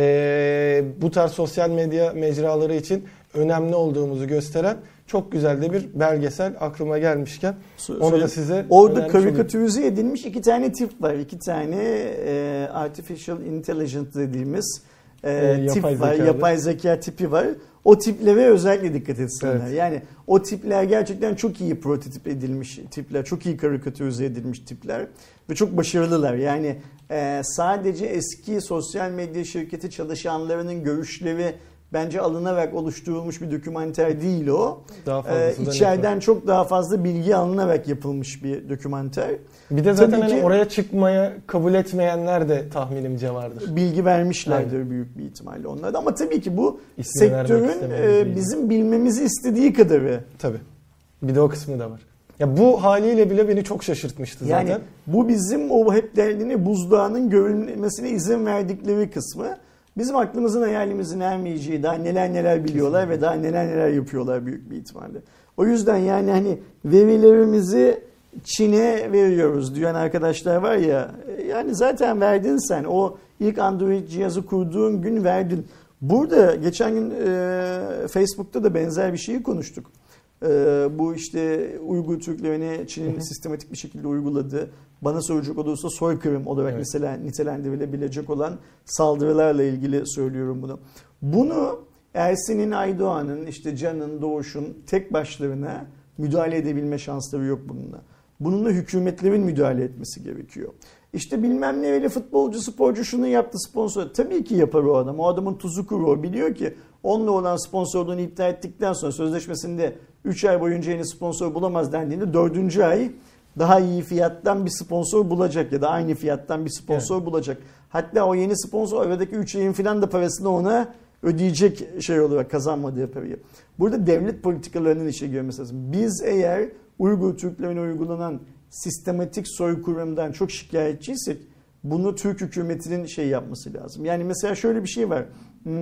e, bu tarz sosyal medya mecraları için önemli olduğumuzu gösteren çok güzel de bir belgesel aklıma gelmişken onu da size orada karikatürize edilmiş iki tane tip var. İki tane e, artificial intelligence dediğimiz e, e, tip var. Zekalı. Yapay zeka tipi var. O tiplere özellikle dikkat etsinler. Evet. Yani o tipler gerçekten çok iyi prototip edilmiş tipler. Çok iyi karikatürize edilmiş tipler. Ve çok başarılılar. Yani e, sadece eski sosyal medya şirketi çalışanlarının görüşleri bence alınarak oluşturulmuş bir dokümanter değil o. Daha ee, içeriden çok daha fazla bilgi alınarak yapılmış bir dokümanter. Bir de zaten hani oraya çıkmaya kabul etmeyenler de tahminimce vardır. Bilgi vermişlerdir Aynen. büyük bir ihtimalle onlar da. Ama tabii ki bu İsmi sektörün e, bizim bilmemizi istediği kadarı. Tabii. Bir de o kısmı da var. Ya bu haliyle bile beni çok şaşırtmıştı zaten. Yani bu bizim o hep derdiğini buzdağının görülmesine izin verdikleri kısmı. Bizim aklımızın hayalimizin ermeyeceği daha neler neler biliyorlar Kesinlikle. Ve daha neler neler yapıyorlar büyük bir ihtimalle. O yüzden yani hani verilerimizi Çin'e veriyoruz diyen arkadaşlar var ya, yani zaten verdin sen. O ilk Android cihazı kurduğun gün verdin. Burada geçen gün e, Facebook'ta da benzer bir şeyi konuştuk. E, bu işte Uygur Türklerini Çin'in hı hı. sistematik bir şekilde uyguladığı, bana soracak olursa soykırım olarak evet. mesela nitelendirilebilecek olan saldırılarla ilgili söylüyorum bunu. Bunu Ersin'in, Aydoğan'ın, işte Can'ın, Doğuş'un tek başlarına müdahale edebilme şansları yok bununla. Bununla hükümetlerin müdahale etmesi gerekiyor. İşte bilmem ne öyle futbolcu, sporcu şunu yaptı sponsor. Tabii ki yapar o adam. O adamın tuzu kuru o. Biliyor ki onunla olan sponsorluğunu iptal ettikten sonra sözleşmesinde üç ay boyunca yeni sponsor bulamaz dendiğinde dördüncü ay daha iyi fiyattan bir sponsor bulacak ya da aynı fiyattan bir sponsor evet. bulacak. Hatta o yeni sponsor aradaki üç ayın filan da parasını ona ödeyecek şey olarak kazanmadığı parayı. Burada devlet politikalarının işe girmesi lazım. Biz eğer Uygur Türklerine uygulanan sistematik soykırımdan çok şikayetçiysek bunu Türk hükümetinin şey yapması lazım. Yani mesela şöyle bir şey var.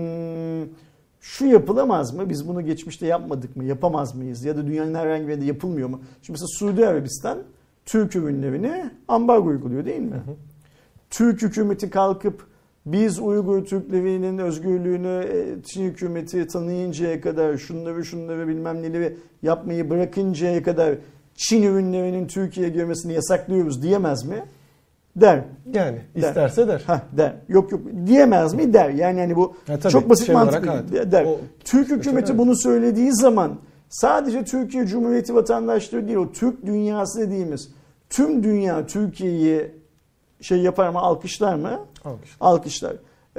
Hmm, şu yapılamaz mı? Biz bunu geçmişte yapmadık mı? Yapamaz mıyız? Ya da dünyanın herhangi bir yerinde yapılmıyor mu? Şimdi mesela Suudi Arabistan Türk ürünlerine ambargo uyguluyor değil mi? Hı hı. Türk hükümeti kalkıp biz Uygur Türklerinin özgürlüğünü Çin hükümeti tanıyıncaya kadar şunları şunları bilmem neleri yapmayı bırakıncaya kadar Çin ürünlerinin Türkiye'ye girmesini yasaklıyoruz diyemez mi? Der. Yani der. isterse der. Hah, der. Yok yok diyemez mi? Der. Yani hani bu ya tabii, çok basit şey mantıklı olarak, der. O, Türk hükümeti evet. bunu söylediği zaman sadece Türkiye Cumhuriyeti vatandaşları değil, o Türk dünyası dediğimiz tüm dünya Türkiye'yi şey yapar mı, alkışlar mı? Alkışlar. Alkışlar.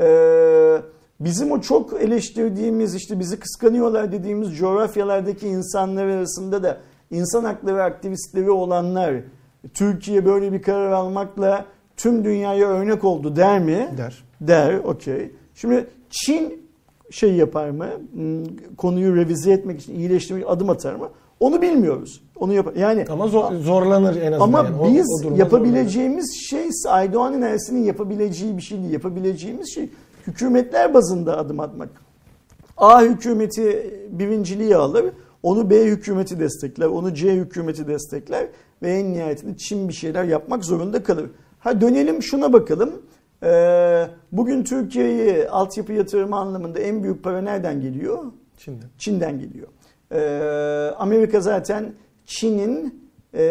Ee, bizim o çok eleştirdiğimiz, işte bizi kıskanıyorlar dediğimiz coğrafyalardaki insanlar arasında da insan hakları aktivistleri olanlar Türkiye böyle bir karar almakla tüm dünyaya örnek oldu der mi? Der. Der, okey. Şimdi Çin şey yapar mı? Konuyu revize etmek için, iyileştirmek için adım atar mı? Onu bilmiyoruz. Onu yapar. Yani ama zor, zorlanır en azından. Ama yani. biz o, o yapabileceğimiz şey Aydoğan'ın Ersin'in yapabileceği bir şey değil. Yapabileceğimiz şey hükümetler bazında adım atmak. A hükümeti birinciliği alır. Onu B hükümeti destekler. Onu C hükümeti destekler. Ve en nihayetinde Çin bir şeyler yapmak zorunda kalır. Ha dönelim şuna bakalım. Ee, bugün Türkiye'ye altyapı yatırımı anlamında en büyük para nereden geliyor? Çin'den. Çin'den geliyor. Ee, Amerika zaten Çin'in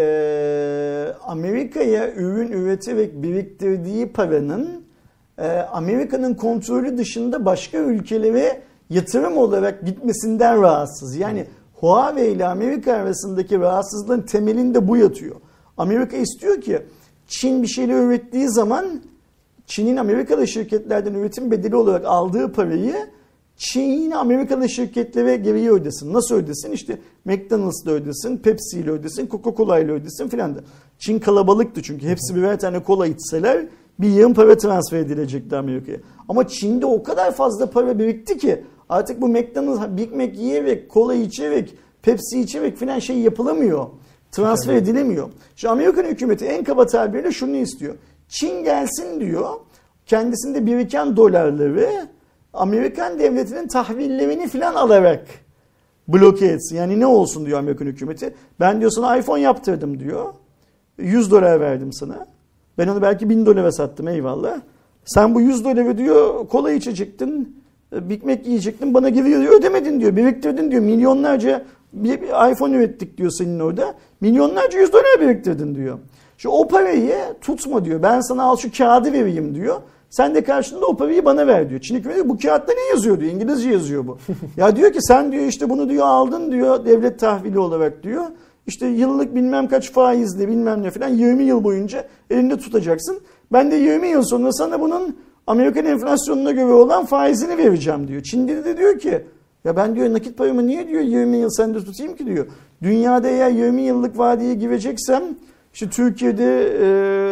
e, Amerika'ya ürün üreterek biriktirdiği paranın e, Amerika'nın kontrolü dışında başka ülkelere yatırım olarak gitmesinden rahatsız. Yani Huawei ile Amerika arasındaki rahatsızlığın temelinde bu yatıyor. Amerika istiyor ki Çin bir şeyler ürettiği zaman Çin'in Amerikalı şirketlerden üretim bedeli olarak aldığı parayı Çin Amerikalı şirketlere geriye ödesin. Nasıl ödesin? İşte McDonald's'la ödesin, Pepsi'yle ödesin, Coca-Cola'yla ödesin filan da. Çin kalabalıktı çünkü. Hepsi birer tane kola içseler bir yığın para transfer edilecekti Amerika'ya. Ama Çin'de o kadar fazla para birikti ki artık bu McDonald's, Big Mac yiyerek, kola içerek, Pepsi içerek filan şey yapılamıyor. Transfer evet. edilemiyor. Şu Amerikan hükümeti en kaba tabirle şunu istiyor. Çin gelsin diyor. Kendisinde biriken dolarları Amerikan devletinin tahvillerini filan alarak bloke etsin. Yani ne olsun diyor Amerikan hükümeti. Ben diyor sana iPhone yaptırdım diyor. yüz dolar verdim sana. Ben onu belki bin dolara sattım eyvallah. Sen bu yüz doları diyor kola içecektin, Big Mac yiyecektin, bana geri ödemedin diyor. Biriktirdin diyor. Milyonlarca bir, bir iPhone ürettik diyor senin orada. Milyonlarca yüz dolar biriktirdin diyor. Şu o parayı tutma diyor. Ben sana al şu kağıdı vereyim diyor. Sen de karşılığında o parayı bana ver diyor. Çin hükümeti bu kağıtta ne yazıyor diyor. İngilizce yazıyor bu. Ya diyor ki sen diyor işte bunu diyor aldın diyor devlet tahvili olarak diyor. İşte yıllık bilmem kaç faizle bilmem ne falan yirmi yıl boyunca elinde tutacaksın. Ben de yirmi yıl sonra sana bunun Amerikan enflasyonuna göre olan faizini vereceğim diyor. Çin'de de diyor ki ya ben diyor nakit paramı niye diyor yirmi yıl sende tutayım ki diyor. Dünyada eğer yirmi yıllık vadeye gireceksem işte Türkiye'de e,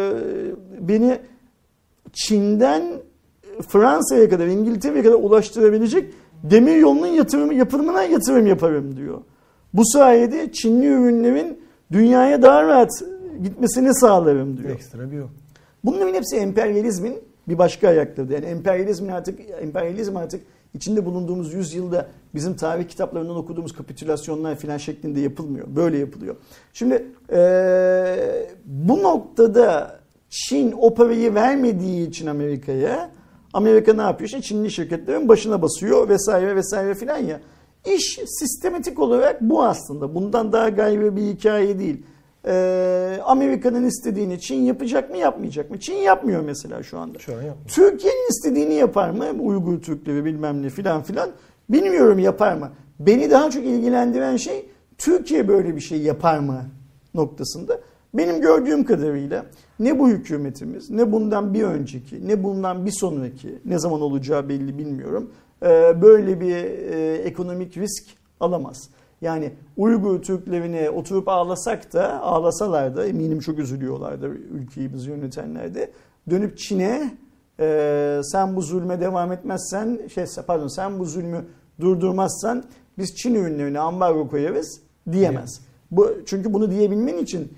beni Çin'den Fransa'ya kadar, İngiltere'ye kadar ulaştırabilecek demir yolunun yatırım, yapımına yatırım yaparım diyor. Bu sayede Çinli ürünlerin dünyaya daha rahat gitmesini sağlarım diyor. Ekstra bir yol. Bunların hepsi emperyalizmin bir başka ayakları. Yani emperyalizmin artık emperyalizm artık içinde bulunduğumuz yüzyılda bizim tarih kitaplarından okuduğumuz kapitülasyonlar filan şeklinde yapılmıyor. Böyle yapılıyor. Şimdi ee, bu noktada Çin o parayı vermediği için Amerika'ya, Amerika ne yapıyor? İşte Çinli şirketlerin başına basıyor vesaire vesaire filan ya. İş sistematik olarak bu aslında. Bundan daha gayri bir hikaye değil. Ee, Amerika'nın istediğini Çin yapacak mı yapmayacak mı? Çin yapmıyor mesela şu anda. Şu an yapmıyor. Türkiye'nin istediğini yapar mı? Uygur Türkleri bilmem ne filan filan. Bilmiyorum yapar mı? Beni daha çok ilgilendiren şey Türkiye böyle bir şey yapar mı noktasında. Benim gördüğüm kadarıyla ne bu hükümetimiz, ne bundan bir önceki, ne bundan bir sonraki, ne zaman olacağı belli bilmiyorum, böyle bir ekonomik risk alamaz. Yani Uygur Türklerine oturup ağlasak da, ağlasalar da eminim çok üzülüyorlardı ülkeyi bizi yönetenler de. Dönüp Çin'e sen bu zulme devam etmezsen, şey pardon sen bu zulmü durdurmazsan biz Çin ürünlerine ambargo koyarız diyemez. Bu, çünkü bunu diyebilmen için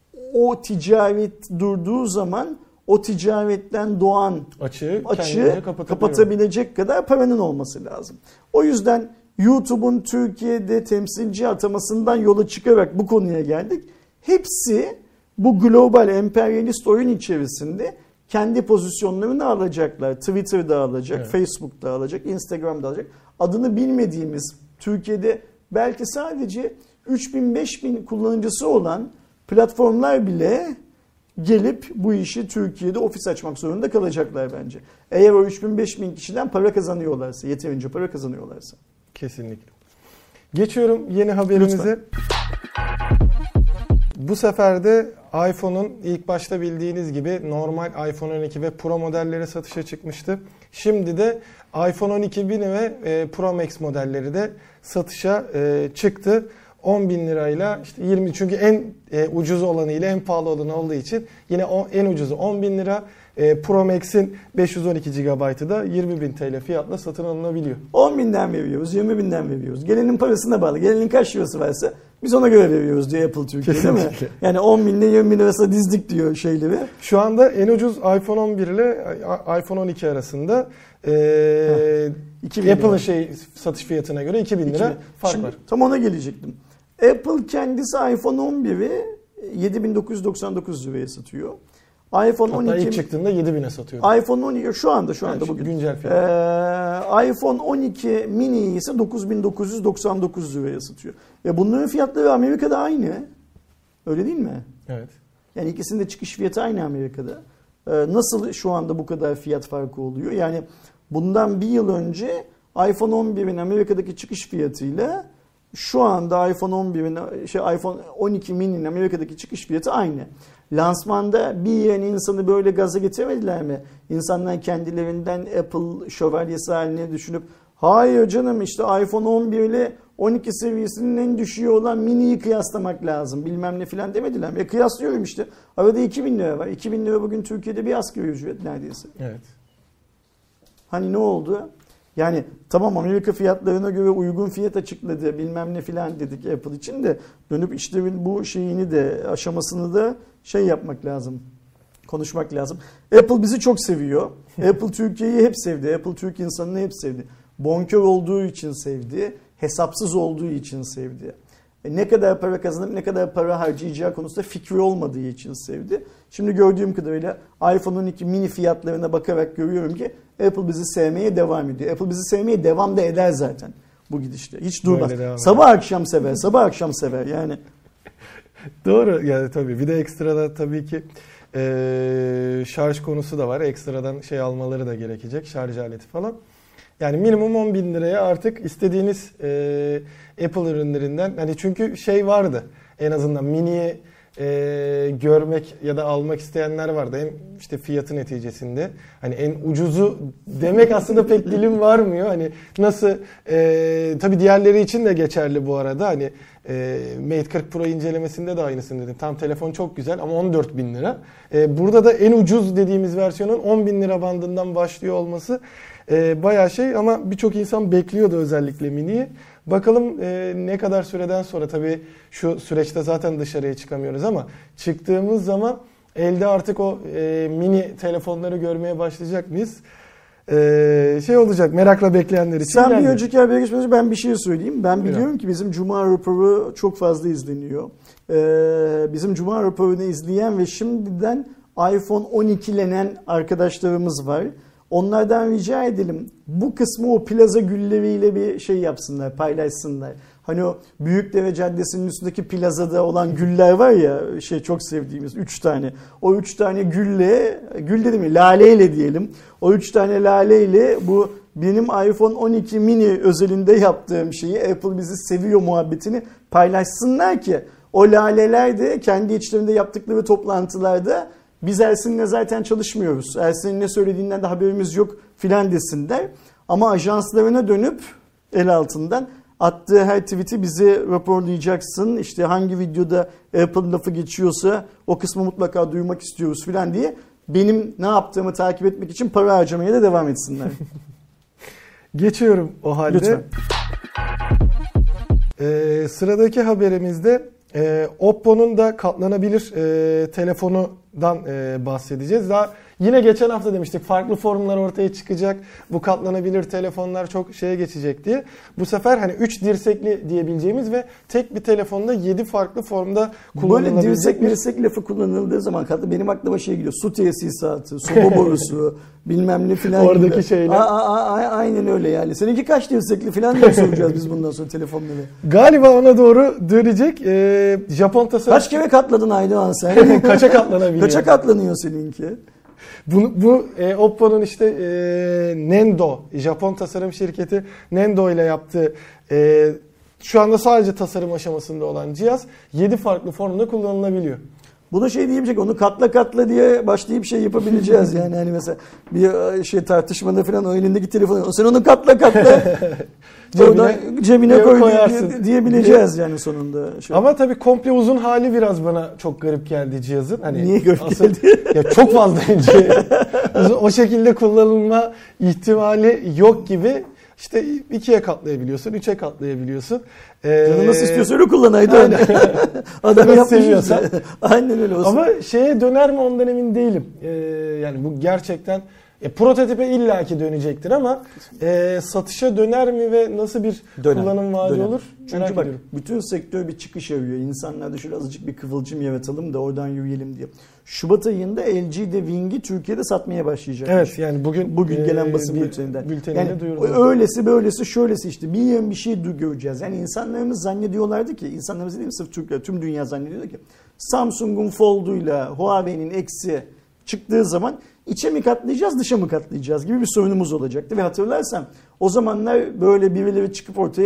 o ticaret durduğu zaman o ticaretten doğan açığı, açığı kapatabilecek kadar paranın olması lazım. O yüzden YouTube'un Türkiye'de temsilci atamasından yola çıkarak bu konuya geldik. Hepsi bu global emperyalist oyun içerisinde kendi pozisyonlarını alacaklar. Twitter'da alacak, evet. Facebook'ta alacak, Instagram'da alacak. Adını bilmediğimiz Türkiye'de belki sadece üç bin beş bin kullanıcısı olan platformlar bile gelip bu işi Türkiye'de ofis açmak zorunda kalacaklar bence. Eğer o üç bin beş bin kişiden para kazanıyorlarsa, yeterince para kazanıyorlarsa. Kesinlikle. Geçiyorum yeni haberimize. Lütfen. Bu sefer de iPhone'un ilk başta bildiğiniz gibi normal iPhone on iki ve Pro modelleri satışa çıkmıştı. Şimdi de iPhone on iki mini ve Pro Max modelleri de satışa çıktı. on bin lirayla işte yirmi çünkü en e, ucuz olanı ile en pahalı olanı olduğu için yine o, en ucuzu on bin lira. E, Pro Max'in beş yüz on iki gigabaytı da yirmi bin T L fiyatla satın alınabiliyor. on binden veriyoruz, yirmi binden veriyoruz. Gelenin parasına bağlı. Gelenin kaç lirası varsa biz ona göre veriyoruz diyor Apple Türkiye değil mi? Yani on binle yirmi bin arasında dizdik diyor şeyleri. Şu anda en ucuz iPhone on bir ile iPhone on iki arasında e, Apple'ın şey satış fiyatına göre iki bin lira iki bin fark Şimdi, var. Tam ona gelecektim. Apple kendisi iPhone on biri yedi bin dokuz yüz doksan dokuz liraya satıyor. iPhone Hatta on iki ilk çıktığında yedi bine satıyor. iPhone on iki şu anda şu anda yani bugün. Güncel fiyat. Ee, iPhone on iki mini ise dokuz bin dokuz yüz doksan dokuz liraya satıyor. Ve bunların fiyatları Amerika'da aynı. Öyle değil mi? Evet. Yani ikisinin de çıkış fiyatı aynı Amerika'da. Ee, nasıl şu anda bu kadar fiyat farkı oluyor? Yani bundan bir yıl önce iPhone on birin Amerika'daki çıkış fiyatıyla Şu anda iPhone on birin, şey iPhone on iki mini'nin Amerika'daki çıkış fiyatı aynı. Lansmanda bir yeni insanı böyle gaza getiremediler mi? İnsanlar kendilerinden Apple şövalyesi haline düşünüp hayır canım işte iPhone on bir ile on iki seviyesinin en düşüğü olan mini'yi kıyaslamak lazım bilmem ne filan demediler mi? Ya kıyaslıyorum işte. Arada iki bin lira var. iki bin lira bugün Türkiye'de bir asgari ücret neredeyse. Evet. Hani ne oldu? Yani tamam Amerika fiyatlarına göre uygun fiyat açıkladı bilmem ne filan dedik Apple için de dönüp işte bu şeyini de aşamasını da şey yapmak lazım. Konuşmak lazım. Apple bizi çok seviyor. Apple Türkiye'yi hep sevdi. Apple Türk insanını hep sevdi. Bonkör olduğu için sevdi. Hesapsız olduğu için sevdi. E ne kadar para kazanıp ne kadar para harcayacağı konusunda fikri olmadığı için sevdi. Şimdi gördüğüm kadarıyla iPhone on iki mini fiyatlarına bakarak görüyorum ki Apple bizi sevmeye devam ediyor. Apple bizi sevmeye devam da eder zaten bu gidişte. Hiç durmaz. Sabah akşam sever, sabah akşam sever yani. Doğru yani tabii. Bir de ekstrada tabii ki e, şarj konusu da var. Ekstradan şey almaları da gerekecek. Şarj aleti falan. Yani minimum on bin liraya artık istediğiniz e, Apple ürünlerinden hani çünkü şey vardı en azından mini'yi e, görmek ya da almak isteyenler vardı. Hem işte fiyatı neticesinde hani en ucuzu demek aslında pek dilim varmıyor. Hani nasıl e, tabii diğerleri için de geçerli bu arada. Hani e, Mate kırk Pro incelemesinde de aynısını dedim. Tam telefon çok güzel ama on dört bin lira. E, burada da en ucuz dediğimiz versiyonun on bin lira bandından başlıyor olması e, bayağı şey ama birçok insan bekliyordu özellikle mini'yi. Bakalım e, ne kadar süreden sonra tabii şu süreçte zaten dışarıya çıkamıyoruz ama çıktığımız zaman elde artık o e, mini telefonları görmeye başlayacak mıyız? E, şey olacak merakla bekleyenler için. Sen geldi. bir önceki habere geçmeden önce ben bir şey söyleyeyim. Ben biliyorum ki bizim Cuma raporu çok fazla izleniyor. Ee, bizim Cuma raporunu izleyen ve şimdiden iPhone on ikilenen arkadaşlarımız var. Onlardan rica edelim bu kısmı o plaza gülleriyle bir şey yapsınlar, paylaşsınlar. Hani o Büyükdere Caddesi'nin üstündeki plazada olan güller var ya şey çok sevdiğimiz üç tane. O üç tane gülle, gül dedim mi laleyle diyelim. O üç tane laleyle bu benim iPhone on iki mini özelinde yaptığım şeyi Apple bizi seviyor muhabbetini paylaşsınlar ki o laleler de kendi içlerinde yaptıkları toplantılarda biz Ersin'le zaten çalışmıyoruz. Ersin'in ne söylediğinden de haberimiz yok filan desinler. Ama ajanslarına dönüp el altından attığı her tweet'i bize raporlayacaksın. İşte hangi videoda Apple lafı geçiyorsa o kısmı mutlaka duymak istiyoruz filan diye benim ne yaptığımı takip etmek için para harcamaya da devam etsinler. Geçiyorum o halde. Lütfen. Ee, sıradaki haberimizde e, Oppo'nun da katlanabilir e, telefonundan e, bahsedeceğiz. Daha yine geçen hafta demiştik farklı formlar ortaya çıkacak. Bu katlanabilir telefonlar çok şeye geçecek diye. Bu sefer hani üç dirsekli diyebileceğimiz ve tek bir telefonda yedi farklı formda kullanılabilecek. Böyle dirsek dirsek lafı kullanıldığı zaman benim aklıma şey geliyor. Su tesisatı, su borusu bilmem ne filan. Oradaki gibi. şeyler. A, a, a, aynen öyle yani. Seninki kaç dirsekli filan diye soracağız biz bundan sonra telefonları. Galiba ona doğru dönecek. Ee, Japon tasarım. Kaç kere katladın Aydoğan sen? Kaça katlanabiliyor? Kaça katlanıyor seninki? Bu, bu e, Oppo'nun işte e, Nendo, Japon tasarım şirketi Nendo ile yaptığı e, şu anda sadece tasarım aşamasında olan cihaz yedi farklı formda kullanılabiliyor. Bu da şey diyebilecek, onu katla katla diye başlayıp şey yapabileceğiz yani hani mesela bir şey tartışmada falan o elindeki telefonu sen onu katla katla cebine, cebine koy diye, diyebileceğiz yani sonunda. Şey. Ama tabii komple uzun hali biraz bana çok garip geldi cihazın. Hani niye garip asıl, geldi? Ya çok fazla ince. O şekilde kullanılma ihtimali yok gibi. İşte ikiye katlayabiliyorsun, üçe katlayabiliyorsun. Ee, Canım nasıl istiyorsa öyle kullan Aydoğan. Adam yapmış. Aynen öyle olsun. Ama şeye döner mi ondan emin değilim. Ee, yani bu gerçekten e, prototipe illaki dönecektir ama e, satışa döner mi ve nasıl bir döner, kullanım vaadi döner. olur? Çünkü merak bak ediyorum. bütün sektör bir çıkış arıyor. İnsanlar da şöyle azıcık bir kıvılcım yaratalım da oradan yürüyelim diye. Şubat ayında L G de Wing'i Türkiye'de satmaya başlayacak. Evet yani bugün bugün gelen e, basın bülteninden. Yani duyurdu. Öylesi böylesi şöylesi işte bir yön bir şey göreceğiz. Yani insanlarımız zannediyorlardı ki insanlarımız değil sırf Türkler tüm dünya zannediyordu ki Samsung'un Fold'uyla Huawei'nin X'i çıktığı zaman içe mi katlayacağız dışa mı katlayacağız gibi bir sorunumuz olacaktı. Ve hatırlarsan o zamanlar böyle birileri çıkıp ortaya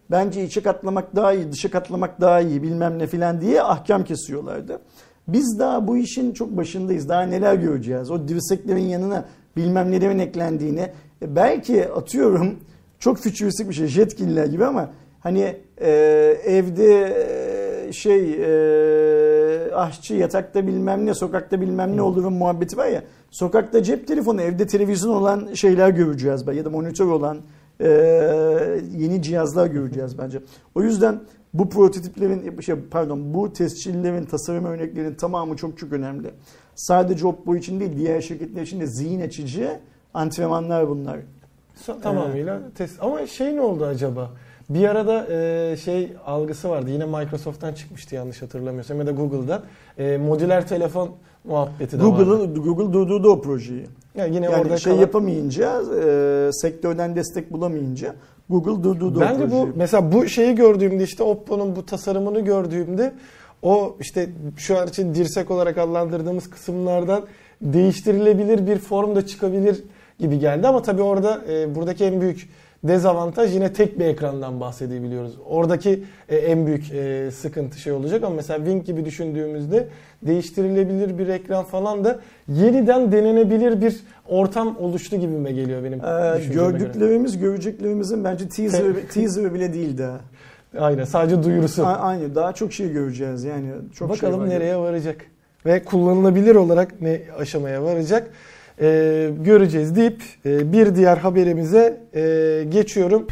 bence içe katlamak daha iyi, dışa katlamak daha iyi bilmem ne filan diye ahkam kesiyorlardı. Biz daha bu işin çok başındayız. Daha neler göreceğiz. O dirseklerin yanına bilmem nelerin eklendiğini. E belki atıyorum çok fütüristik bir şey. Jetgiller gibi ama hani e, evde e, şey e, aşçı yatakta bilmem ne, sokakta bilmem ne olduğunun muhabbeti var ya. Sokakta cep telefonu, evde televizyon olan şeyler göreceğiz ya da monitör olan e, yeni cihazlar göreceğiz bence. O yüzden bu prototiplerin, şey, pardon, bu tescillerin, tasarım örneklerinin tamamı çok çok önemli. Sadece Oppo için değil, diğer şirketler için de zihin açıcı antrenmanlar bunlar. Tamamıyla ee, test. Ama şey ne oldu acaba? Bir arada e, şey algısı vardı. Yine Microsoft'tan çıkmıştı yanlış hatırlamıyorsam ya da Google'dan. E, modüler telefon muhabbeti de Google, vardı. Google durdurdu o projeyi. Yani yine yani orada şey kalan... yapamayınca, e, sektörden destek bulamayınca Google durdurdu Bence o projeyi. bu mesela bu şeyi gördüğümde, işte Oppo'nun bu tasarımını gördüğümde o işte şu an için dirsek olarak adlandırdığımız kısımlardan değiştirilebilir bir form da çıkabilir gibi geldi ama tabii orada e, buradaki en büyük dezavantaj yine tek bir ekrandan bahsedebiliyoruz. Oradaki e, en büyük e, sıkıntı şey olacak ama mesela Wing gibi düşündüğümüzde değiştirilebilir bir ekran falan da yeniden denenebilir bir ortam oluştu gibime geliyor benim ee, gördüklerimiz, göre. göreceklerimizin bence teaser, teaser bile değil daha. Aynen, sadece duyurusu. A- aynı, daha çok şey göreceğiz yani. Çok Bakalım şey nereye varacak ve kullanılabilir olarak ne aşamaya varacak. Ee, göreceğiz deyip e, bir diğer haberimize e, geçiyorum.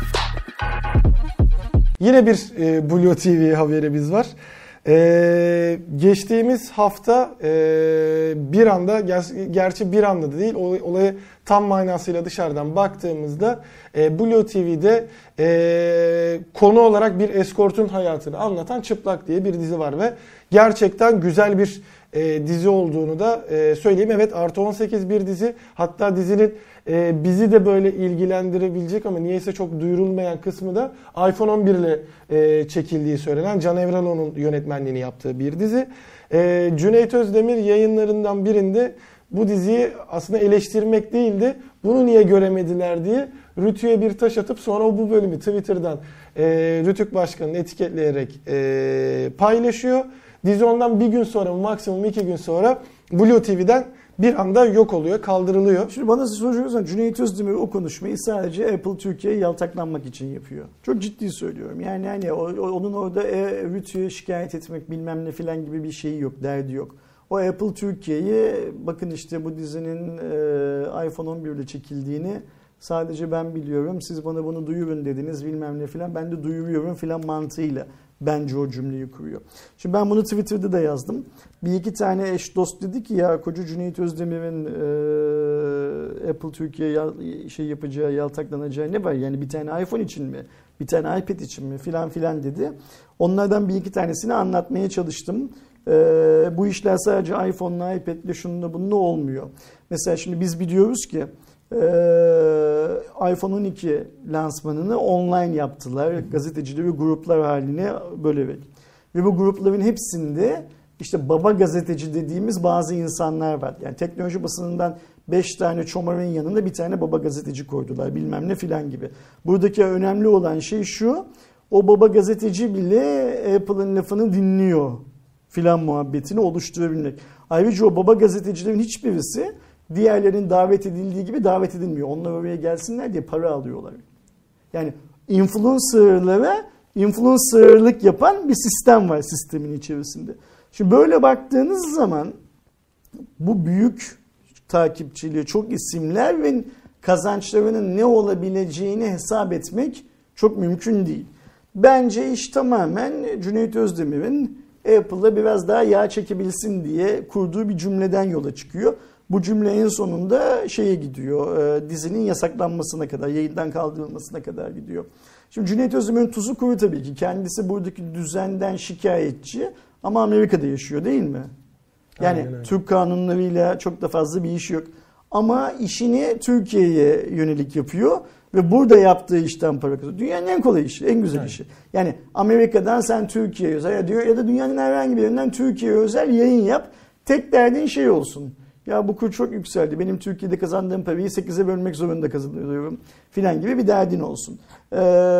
Yine bir e, Blue T V haberimiz var. E, geçtiğimiz hafta e, bir anda, ger- gerçi bir anda da değil, olayı tam manasıyla dışarıdan baktığımızda e, Blue T V'de e, konu olarak bir eskortun hayatını anlatan Çıplak diye bir dizi var ve gerçekten güzel bir E, dizi olduğunu da e, söyleyeyim. Evet, artı on sekiz bir dizi. Hatta dizinin e, bizi de böyle ilgilendirebilecek ama niyeyse çok duyurulmayan kısmı da iPhone on bir ile e, çekildiği söylenen Can Evraloğlu'nun yönetmenliğini yaptığı bir dizi. E, Cüneyt Özdemir yayınlarından birinde bu diziyi aslında eleştirmek değil de bunu niye göremediler diye Rütü'ye bir taş atıp sonra bu bölümü Twitter'dan e, Rütük Başkanı'nı etiketleyerek e, paylaşıyor. Dizi ondan bir gün sonra, maksimum iki gün sonra Blue T V'den bir anda yok oluyor, kaldırılıyor. Şimdi bana soruyorsan Cüneyt Özdemir o konuşmayı sadece Apple Türkiye'ye yaltaklanmak için yapıyor. Çok ciddi söylüyorum. Yani hani onun orada e, Rütü'ye şikayet etmek bilmem ne filan gibi bir şeyi yok, derdi yok. O Apple Türkiye'yi, bakın işte bu dizinin e, iPhone on bir ile çekildiğini sadece ben biliyorum, siz bana bunu duyurun dediniz bilmem ne filan, ben de duyuruyorum filan mantığıyla bence o cümleyi kuruyor. Şimdi ben bunu Twitter'da da yazdım. Bir iki tane eş dost dedi ki ya koca Cüneyt Özdemir'in e, Apple Türkiye şey yapacağı, yaltaklanacağı ne var? Yani bir tane iPhone için mi? Bir tane iPad için mi? Filan filan dedi. Onlardan bir iki tanesini anlatmaya çalıştım. E, bu işler sadece iPhone'la, iPad'le şununla bununla olmuyor. Mesela şimdi biz biliyoruz ki Ee, iPhone on iki lansmanını online yaptılar. Gazetecileri gruplar haline bölerek. Ve bu grupların hepsinde işte baba gazeteci dediğimiz bazı insanlar var. Yani teknoloji basınından beş tane çomarın yanında bir tane baba gazeteci koydular bilmem ne filan gibi. Buradaki önemli olan şey şu: o baba gazeteci bile Apple'ın lafını dinliyor filan muhabbetini oluşturabilmek. Ayrıca o baba gazetecilerin hiçbirisi diğerlerinin davet edildiği gibi davet edilmiyor. Onlar oraya gelsinler diye para alıyorlar. Yani influencerlara influencerlık yapan bir sistem var sistemin içerisinde. Şimdi böyle baktığınız zaman bu büyük takipçiliği, çok isimler ve kazançlarının ne olabileceğini hesap etmek çok mümkün değil. Bence iş tamamen Cüneyt Özdemir'in Apple'a biraz daha yağ çekebilsin diye kurduğu bir cümleden yola çıkıyor. Bu cümle en sonunda şeye gidiyor, e, dizinin yasaklanmasına kadar, yayından kaldırılmasına kadar gidiyor. Şimdi Cüneyt Özdemir'in tuzu kuru tabii ki. Kendisi buradaki düzenden şikayetçi ama Amerika'da yaşıyor değil mi? Yani Türk kanunlarıyla çok da fazla bir iş yok. Ama işini Türkiye'ye yönelik yapıyor ve burada yaptığı işten para kazanıyor. Dünyanın en kolay işi, en güzel evet. işi. Yani Amerika'dan sen Türkiye'ye özel ya, diyor, ya da dünyanın herhangi bir yerinden Türkiye'ye özel yayın yap. Tek derdin şey olsun. Ya bu kur çok yükseldi. Benim Türkiye'de kazandığım parayı sekize bölmek zorunda kazanıyorum filan gibi bir derdin olsun. Ee,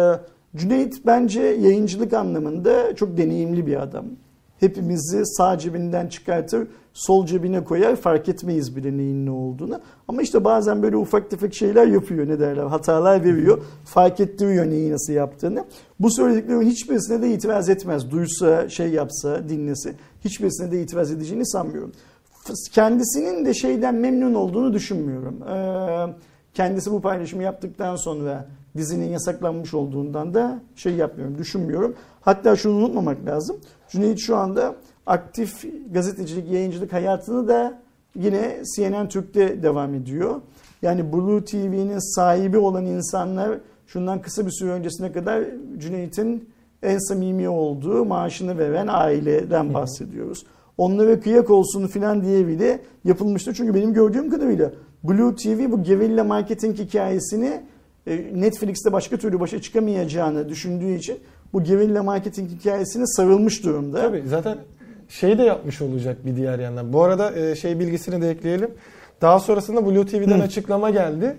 Cüneyt bence yayıncılık anlamında çok deneyimli bir adam. Hepimizi sağ cebinden çıkartır, sol cebine koyar, fark etmeyiz bile neyin ne olduğunu. Ama işte bazen böyle ufak tefek şeyler yapıyor, ne derler, hatalar veriyor, fark ettiriyor neyi nasıl yaptığını. Bu söylediklerimin hiçbirisine de itiraz etmez. Duysa, şey yapsa, dinlese, hiçbirisine de itiraz edeceğini sanmıyorum. Kendisinin de şeyden memnun olduğunu düşünmüyorum. Ee, kendisi bu paylaşımı yaptıktan sonra dizinin yasaklanmış olduğundan da şey yapmıyorum, düşünmüyorum. Hatta şunu unutmamak lazım. Cüneyt şu anda aktif gazetecilik, yayıncılık hayatını da yine C N N Türk'te devam ediyor. Yani Blue T V'nin sahibi olan insanlar şundan kısa bir süre öncesine kadar Cüneyt'in en samimi olduğu, maaşını veren aileden bahsediyoruz. Onlara kıyak olsun filan diye bile yapılmıştı. Çünkü benim gördüğüm kadarıyla Blue T V bu gerilla marketing hikayesini Netflix'te başka türlü başa çıkamayacağını düşündüğü için bu gerilla marketing hikayesine sarılmış durumda. Tabii zaten şey de yapmış olacak bir diğer yandan. Bu arada şey bilgisini de ekleyelim. Daha sonrasında Blue T V'den Hı. açıklama geldi.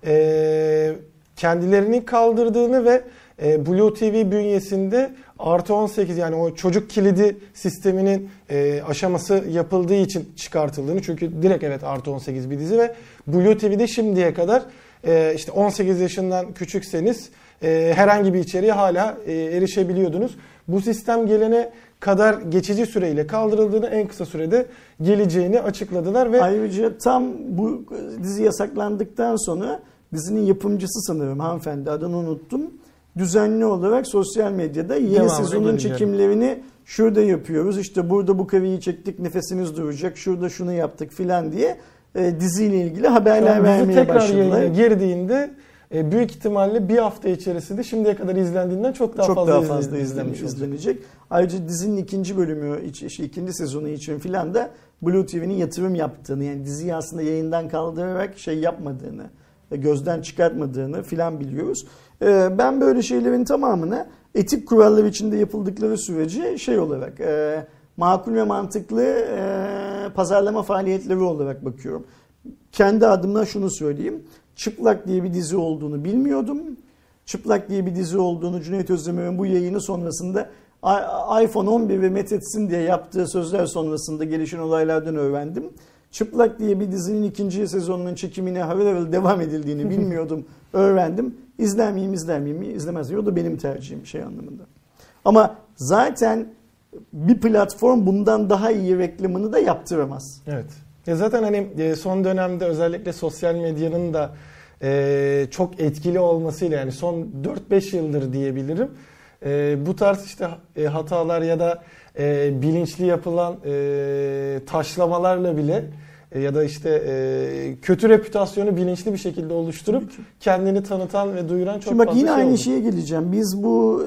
Ee, kendilerini kaldırdığını ve Blue T V bünyesinde artı on sekiz yani o çocuk kilidi sisteminin aşaması yapıldığı için çıkartıldığını. Çünkü direkt evet artı on sekiz bir dizi ve Blue T V'de şimdiye kadar işte on sekiz yaşından küçükseniz herhangi bir içeriğe hala erişebiliyordunuz. Bu sistem gelene kadar geçici süreyle kaldırıldığını, en kısa sürede geleceğini açıkladılar ve ayrıca tam bu dizi yasaklandıktan sonra dizinin yapımcısı sanırım hanımefendi, adını unuttum, düzenli olarak sosyal medyada yeni Devamlı sezonun çekimlerini şurada yapıyoruz, işte burada bu kareyi çektik, nefesiniz duracak, şurada şunu yaptık filan diye e, diziyle ilgili haberler vermeye başladılar. Tekrar girdiğinde e, büyük ihtimalle bir hafta içerisinde şimdiye kadar izlendiğinden çok daha çok fazla, daha fazla izlenmiş izlenecek. Ayrıca dizinin ikinci bölümü, işte ikinci sezonu için filan da Blue T V'nin yatırım yaptığını, yani diziyi aslında yayından kaldırarak şey yapmadığını, gözden çıkartmadığını filan biliyoruz. Ben böyle şeylerin tamamına etik kurallar içinde yapıldıkları sürece şey olarak e, makul ve mantıklı e, pazarlama faaliyetleri olarak bakıyorum. Kendi adıma şunu söyleyeyim. Çıplak diye bir dizi olduğunu bilmiyordum. Çıplak diye bir dizi olduğunu Cüneyt Özdemir'in bu yayını sonrasında iPhone on bir ve methetsin diye yaptığı sözler sonrasında gelişen olaylardan öğrendim. Çıplak diye bir dizinin ikinci sezonunun çekimine harıl harıl devam edildiğini bilmiyordum, öğrendim. İzler miyim, izler miyim, izlemez miyim? O da benim tercihim şey anlamında. Ama zaten bir platform bundan daha iyi reklamını da yaptıramaz. Evet. Ya zaten hani son dönemde özellikle sosyal medyanın da çok etkili olmasıyla, yani son dört beş yıldır diyebilirim. Bu tarz işte hatalar ya da bilinçli yapılan taşlamalarla bile ya da işte kötü reputasyonu bilinçli bir şekilde oluşturup kendini tanıtan ve duyuran çok Şimdi bak, fazla yine şey aynı oldu. şeye geleceğim. Biz bu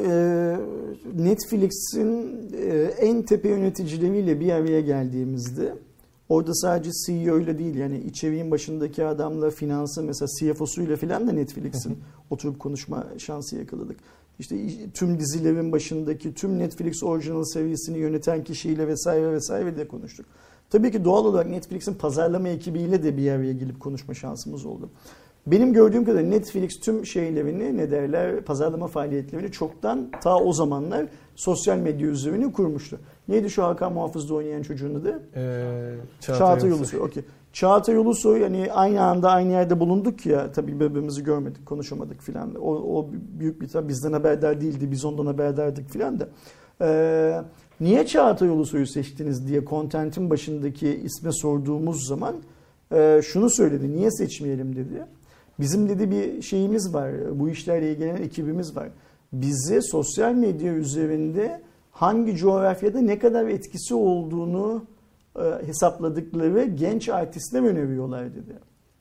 Netflix'in en tepe yöneticileriyle bir araya geldiğimizde orada sadece C E O ile değil, yani içeriğin başındaki adamla, finansı mesela C F O'suyla filan da Netflix'in oturup konuşma şansı yakaladık. İşte tüm dizilerin başındaki, tüm Netflix orijinal serisini yöneten kişiyle vesaire vesaire de konuştuk. Tabii ki doğal olarak Netflix'in pazarlama ekibiyle de bir araya gelip konuşma şansımız oldu. Benim gördüğüm kadarıyla Netflix tüm şeylerini, ne derler, pazarlama faaliyetlerini çoktan ta o zamanlar sosyal medya üzerine kurmuştu. Neydi şu Hakan Muhafız'da oynayan çocuğun adı? Ee, Çağatay, Çağatay Ulusoy. Okay. Çağatay Ulusoy, yani aynı anda aynı yerde bulunduk ya, tabii birbirimizi görmedik, konuşamadık filan. O, o büyük bir tabii bizden haberdar değildi, biz ondan haberdardık filan da. Ee, niye Çağatay Ulusoy'u seçtiniz diye contentin başındaki isme sorduğumuz zaman e, şunu söyledi. Niye seçmeyelim dedi. Bizim dedi bir şeyimiz var, bu işlerle ilgilenen ekibimiz var. Bize sosyal medya üzerinde hangi coğrafyada ne kadar etkisi olduğunu e, hesapladıkları genç artistler öneriyorlar dedi.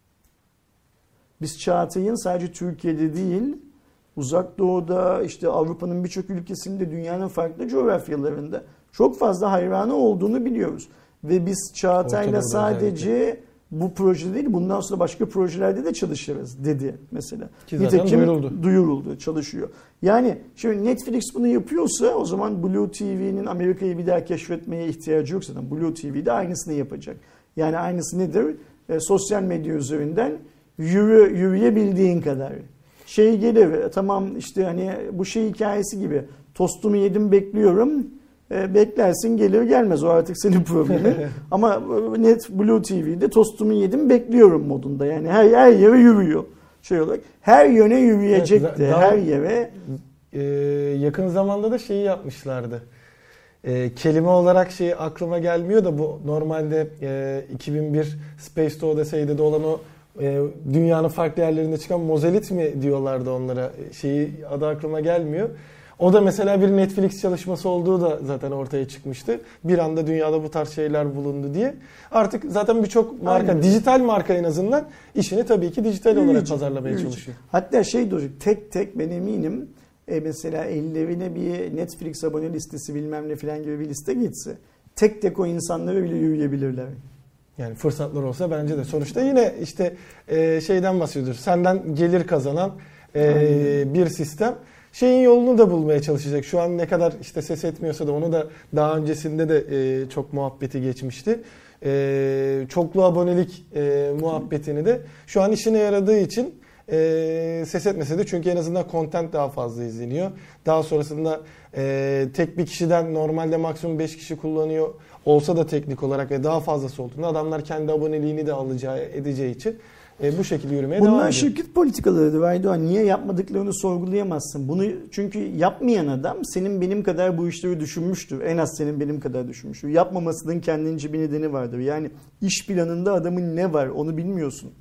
Biz Çağatay'ın sadece Türkiye'de değil, Uzak Doğu'da, işte Avrupa'nın birçok ülkesinde, dünyanın farklı coğrafyalarında çok fazla hayranı olduğunu biliyoruz. Ve biz Çağatay'la sadece özellikle bu proje değil, bundan sonra başka projelerde de çalışırız dedi mesela. Ki zaten Nitekim duyuruldu. duyuruldu, çalışıyor. Yani şimdi Netflix bunu yapıyorsa o zaman Blue T V'nin Amerika'yı bir daha keşfetmeye ihtiyacı yok zaten. Blue T V de aynısını yapacak. Yani aynısı nedir? E, sosyal medya üzerinden yürü, yürüyebildiğin kadar. şey gelir. Tamam işte hani bu şey hikayesi gibi. Tostumu yedim bekliyorum. E, beklersin gelir gelmez, o artık senin problemin. Ama Net Blue T V'de tostumu yedim bekliyorum modunda. Yani her, her yere yürüyor. Şey olarak her yöne yürüyecekti. Evet, daha, her yere. E, yakın zamanda da şeyi yapmışlardı. E, kelime olarak şey aklıma gelmiyor da bu normalde e, iki bin bir Space Odyssey'de de olan o e, dünyanın farklı yerlerinde çıkan mozalit mi diyorlardı onlara, şeyi adı aklıma gelmiyor. O da mesela bir Netflix çalışması olduğu da zaten ortaya çıkmıştı. Bir anda dünyada bu tarz şeyler bulundu diye. Artık zaten birçok marka, aynen, dijital marka en azından işini tabii ki dijital yürüyecek olarak pazarlamaya yürüyecek çalışıyor. Hatta şey de tek tek ben eminim e mesela ellerine bir Netflix abone listesi bilmem ne filan gibi bir liste geçse tek tek o insanları bile yürüyebilirler. Yani fırsatlar olsa bence de. Sonuçta yine işte e, şeyden bahsediyoruz. Senden gelir kazanan e, bir sistem. Şeyin yolunu da bulmaya çalışacak. Şu an ne kadar işte ses etmiyorsa da onu da daha öncesinde de e, çok muhabbeti geçmişti. E, çoklu abonelik e, muhabbetini de şu an işine yaradığı için e, ses etmese de, çünkü en azından content daha fazla izleniyor. Daha sonrasında e, tek bir kişiden normalde maksimum beş kişi kullanıyor olsa da teknik olarak ve daha fazlası olduğunda adamlar kendi aboneliğini de alacağı edeceği için E, bu şekilde yürümeye Bunlar devam ediyor. Bunlar şirket politikalarıdır Aydoğan. Niye yapmadıklarını sorgulayamazsın. Bunu çünkü yapmayan adam senin benim kadar bu işleri düşünmüştür. En az senin benim kadar düşünmüştür. Yapmamasının kendince bir nedeni vardır. Yani iş planında adamın ne var onu bilmiyorsun.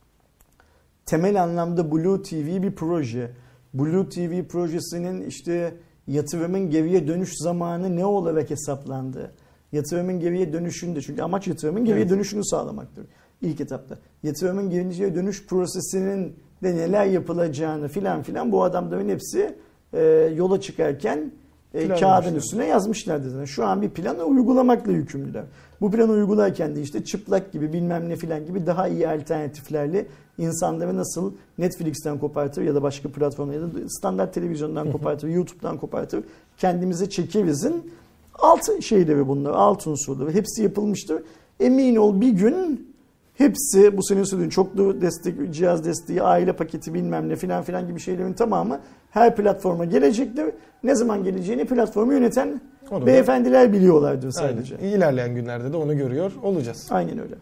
Temel anlamda Blue T V bir proje. Blue T V projesinin işte yatırımın geriye dönüş zamanı ne olarak hesaplandı? Yatırımın geriye dönüşünde, çünkü amaç yatırımın geriye evet. dönüşünü sağlamaktır. İlk etapta. Yatırımın geleceğe dönüş prosesinin de neler yapılacağını filan filan bu adamların hepsi e, yola çıkarken e, kağıdın üstüne yazmışlardı zaten. Şu an bir planı uygulamakla yükümlüler. Bu planı uygularken de işte çıplak gibi bilmem ne filan gibi daha iyi alternatiflerle insanları nasıl Netflix'ten kopartır ya da başka platformda ya da standart televizyondan kopartır, YouTube'dan kopartır, kendimize çekerizin alt şeyleri bunlar, alt unsurları. Hepsi yapılmıştır. Emin ol bir gün hepsi bu senin söylediğin çoklu destek, cihaz desteği, aile paketi bilmem ne filan filan gibi şeylerin tamamı her platforma gelecektir. Ne zaman geleceğini platformu yöneten onu beyefendiler da biliyorlardır sadece. Aynen. İlerleyen günlerde de onu görüyor olacağız. Aynen öyle.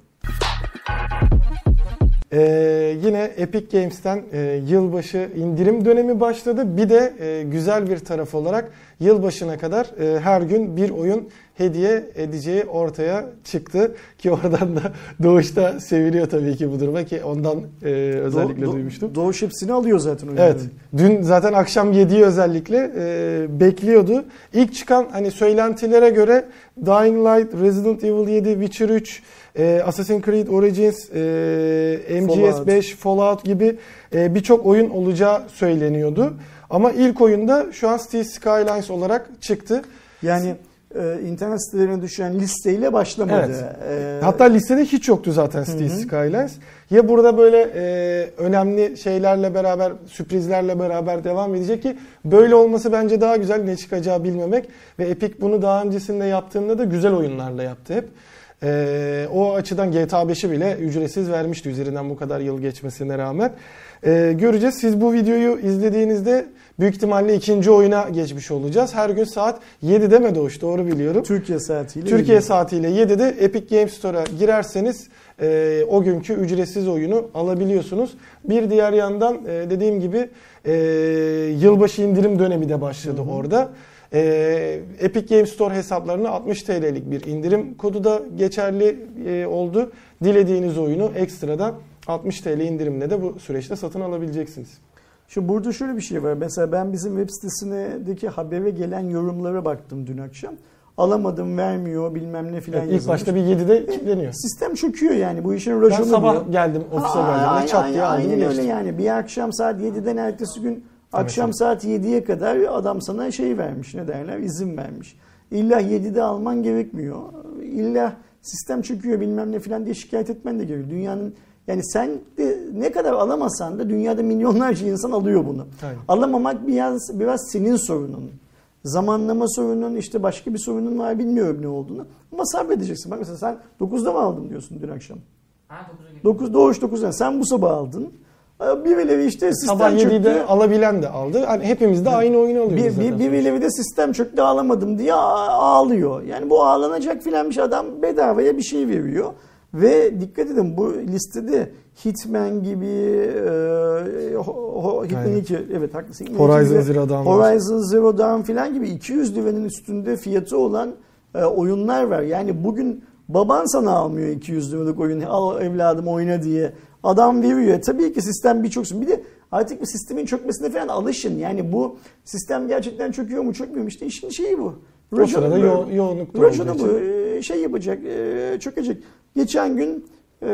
Ee, yine Epic Games'ten e, yılbaşı indirim dönemi başladı. Bir de e, güzel bir taraf olarak yılbaşına kadar e, her gün bir oyun hediye edeceği ortaya çıktı. Ki oradan da Doğuş da seviniyor tabii ki bu duruma, ki ondan e, özellikle Do- duymuştum. Doğuş hepsini alıyor zaten oyunları. Evet. Dün zaten akşam yediği özellikle e, bekliyordu. İlk çıkan hani söylentilere göre Dying Light, Resident Evil yedi, Witcher üç, e, Assassin's Creed Origins, e, M G S beş, Fallout gibi e, birçok oyun olacağı söyleniyordu. Ama ilk oyunda şu an Cities Skylines olarak çıktı. Yani e, internet sitelerine düşen listeyle başlamadı. Evet. E, Hatta listede hiç yoktu zaten Cities Skylines. Ya burada böyle e, önemli şeylerle beraber, sürprizlerle beraber devam edecek ki böyle olması bence daha güzel, ne çıkacağı bilmemek. Ve Epic bunu daha öncesinde yaptığında da güzel oyunlarla yaptı hep. Ee, o açıdan G T A beşi bile ücretsiz vermişti üzerinden bu kadar yıl geçmesine rağmen. Ee, göreceğiz. Siz bu videoyu izlediğinizde büyük ihtimalle ikinci oyuna geçmiş olacağız. Her gün saat yedide mi Doğuş? Doğru biliyorum. Türkiye saatiyle. Türkiye yedi. Saatiyle yedide Epic Games Store'a girerseniz e, o günkü ücretsiz oyunu alabiliyorsunuz. Bir diğer yandan e, dediğim gibi e, yılbaşı indirim dönemi de başladı hı hı. orada. Ee, Epic Games Store hesaplarına altmış TL'lik bir indirim kodu da geçerli e, oldu. Dilediğiniz oyunu ekstradan altmış TL indirimle de bu süreçte satın alabileceksiniz. Şu burada şöyle bir şey var. Mesela ben bizim web sitesindeki habere gelen yorumlara baktım dün akşam. Alamadım, vermiyor, bilmem ne filan evet, ilk başta bir yedide kilitleniyor. Sistem çöküyor yani. Bu işin raconu bu. Ben sabah bu. geldim, ofise geldim. Çat diye aldım Aynen geçtim. öyle yani. Bir akşam saat yediden ertesi gün akşam evet. saat yediye kadar adam sana şey vermiş, ne derler, izin vermiş. İlla yedide alman gerekmiyor. İlla sistem çöküyor bilmem ne filan diye şikayet etmen de gerekiyor. Dünyanın yani sen de ne kadar alamasan da dünyada milyonlarca insan alıyor bunu. Aynen. Alamamak biraz biraz senin sorunun. Zamanlama sorunun, işte başka bir sorunun var, bilmiyorum ne olduğunu. Ama sabredeceksin. Bak mesela sen dokuzda mı aldın diyorsun dün akşam? Ha, dokuzda dokuz Doğuş dokuzda. Sen bu sabah aldın. Birileri işte sistem Sabah çöktü. yedide alabilen de aldı. Hani hepimiz de aynı oyunu alıyoruz Bir, zaten. bir, birileri de sistem çöktü alamadım diye ağlıyor. Yani bu ağlanacak filan bir şey, adam bedavaya bir şey veriyor. Ve dikkat edin bu listede Hitman gibi e, ho, Hitman iki, evet haklısın. Horizon Zero Dawn Horizon Zero Dawn filan gibi iki yüz liranın üstünde fiyatı olan e, oyunlar var. Yani bugün baban sana almıyor iki yüz liralık oyun, al evladım oyna diye. Adam veriyor. Tabii ki sistem birçoksun. Bir de artık bir sistemin çökmesine falan alışın. Yani bu sistem gerçekten çöküyor mu çökmüyor mu? İşte işin şeyi bu. O sırada yo yoğunlukta Rojana bu şey yapacak, çökecek. Geçen gün,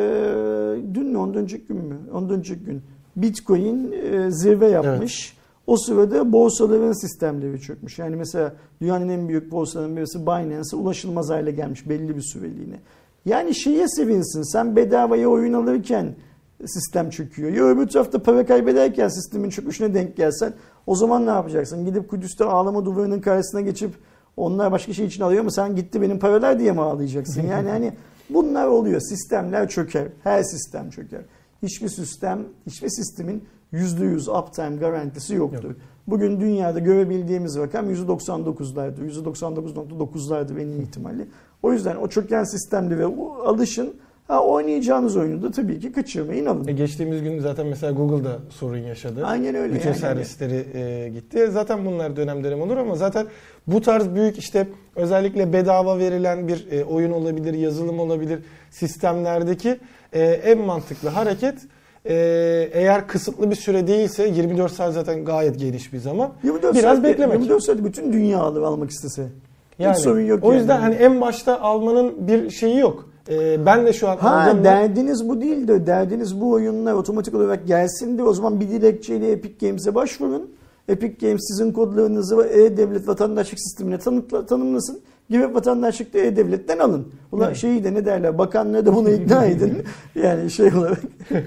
dün mü ondan önceki gün mü? Ondan önceki gün Bitcoin zirve yapmış. Evet. O sırada borsaların sistemleri çökmüş. Yani mesela dünyanın en büyük borsalarının birisi Binance'e ulaşılmaz hale gelmiş belli bir süreliğine. Yani şeye sevinsin, sen bedavaya oyun alırken sistem çöküyor. Ya öbür tarafta para kaybederken sistemin çöküşüne denk gelsen o zaman ne yapacaksın? Gidip Kudüs'te ağlama duvarının karşısına geçip onlar başka şey için alıyor mu? Sen gitti benim paralar diye mi ağlayacaksın? Yani hani bunlar oluyor. Sistemler çöker. Her sistem çöker. Hiçbir sistem, hiçbir sistemin yüzde yüz uptime garantisi yoktur. Yok. Bugün dünyada görebildiğimiz rakam yüzde doksan dokuzlardır. yüzde doksan dokuz nokta dokuzlardır en iyi ihtimalle. O yüzden o çöken sistemde ve alışın. Ha, oynayacağınız oyunu da tabii ki kaçırmayın, alın. E geçtiğimiz gün zaten mesela Google'da sorun yaşadı. Aynen öyle. Bütün yani. servisleri e, gitti. Zaten bunlar dönem dönem olur ama zaten bu tarz büyük işte özellikle bedava verilen bir e, oyun olabilir, yazılım olabilir sistemlerdeki e, en mantıklı hareket e, eğer kısıtlı bir süre değilse yirmi dört saat zaten gayet geniş bir zaman. Biraz saat, beklemek. yirmi dört saat bütün dünya alıp almak istese. Yani, hiç sorun yok. O yüzden yani. hani en başta almanın bir şeyi yok. Ee, ben de şu an ha derdiniz bu değil de derdiniz bu oyunlar otomatik olarak gelsin de o zaman bir dilekçeyle Epic Games'e başvurun. Epic Games sizin kodlarınızı E-Devlet vatandaşlık sistemine tanıtla, tanımlasın. Gibi vatandaşlık da E-Devlet'ten alın. Ulan evet. Şeyi de ne derler, bakanlığı da bunu ikna edin. Yani şey olarak.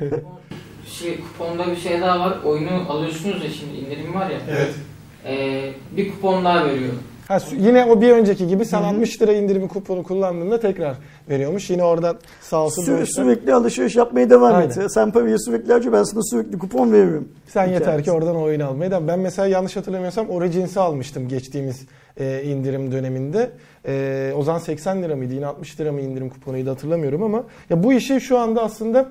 Şey, kuponda bir şey daha var. Oyunu alıyorsunuz ya, şimdi indirim var ya. Evet. E, bir kupon daha veriyor. Ha, yine o bir önceki gibi sen altmış lira indirimi kuponu kullandığında tekrar veriyormuş. Yine oradan sağ olsun. Sü- sürekli alışveriş yapmaya devam Aynen. et. Sen parayı sürekli harca, ben sana sürekli kupon veriyorum. Sen yeter Hikayesi. ki oradan oyun almaya devam. Ben mesela yanlış hatırlamıyorsam Origins'i almıştım geçtiğimiz e, indirim döneminde. E, o zaman seksen lira mıydı? Yine altmış lira mı indirim kuponuydu hatırlamıyorum ama ya bu işi şu anda aslında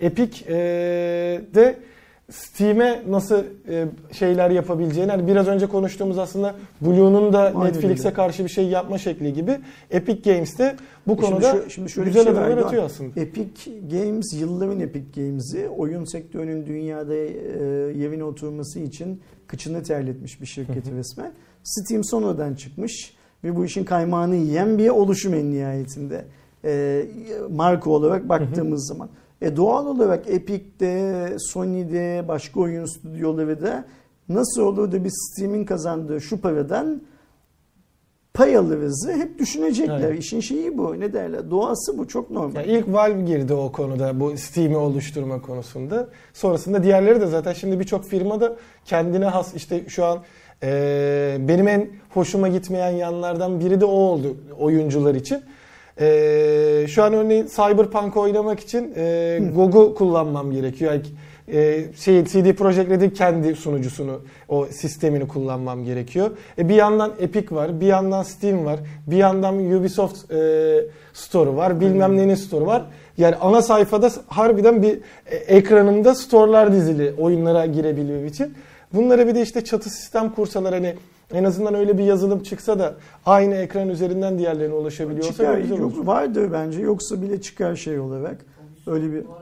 Epic'de Steam'e nasıl e, şeyler yapabileceğini, hani biraz önce konuştuğumuz aslında Blue'nun da Netflix'e karşı bir şey yapma şekli gibi Epic Games'te bu şimdi konuda şu, şimdi şöyle güzel şey adımlar var, atıyor aslında. Epic Games, yılların Epic Games'i oyun sektörünün dünyada e, yerine oturması için kıçını terletmiş bir şirketi resmen. Steam sonradan çıkmış ve bu işin kaymağını yiyen bir oluşum en nihayetinde. E, marka olarak baktığımız zaman. E doğal olarak Epic'te, Sony'de, başka oyun stüdyoları da nasıl olur da biz Steam'in kazandığı şu paradan pay alırızı hep düşünecekler. Evet. İşin şeyi bu. Ne derler? Doğası bu. Çok normal. Yani ilk Valve girdi o konuda, bu Steam'i oluşturma konusunda. Sonrasında diğerleri de zaten şimdi birçok firma da kendine has, işte şu an e, benim en hoşuma gitmeyen yanlardan biri de o oldu oyuncular için. Ee, şu an örneğin Cyberpunk oynamak için e, G O G'u kullanmam gerekiyor. Yani, e, şey, C D Projekt Red'in kendi sunucusunu, o sistemini kullanmam gerekiyor. E, bir yandan Epic var, bir yandan Steam var, bir yandan Ubisoft e, Store'u var, bilmem nenin Store'u var. Yani ana sayfada harbiden bir e, ekranımda store'lar dizili oyunlara girebilmem için. Bunlara bir de işte çatı sistem kursalar, hani en azından öyle bir yazılım çıksa da aynı ekran üzerinden diğerlerine ulaşabiliyorsa çıkar, güzel olur. Yok, vardır bence. Yoksa bile çıkar şey olarak. Öyle bir...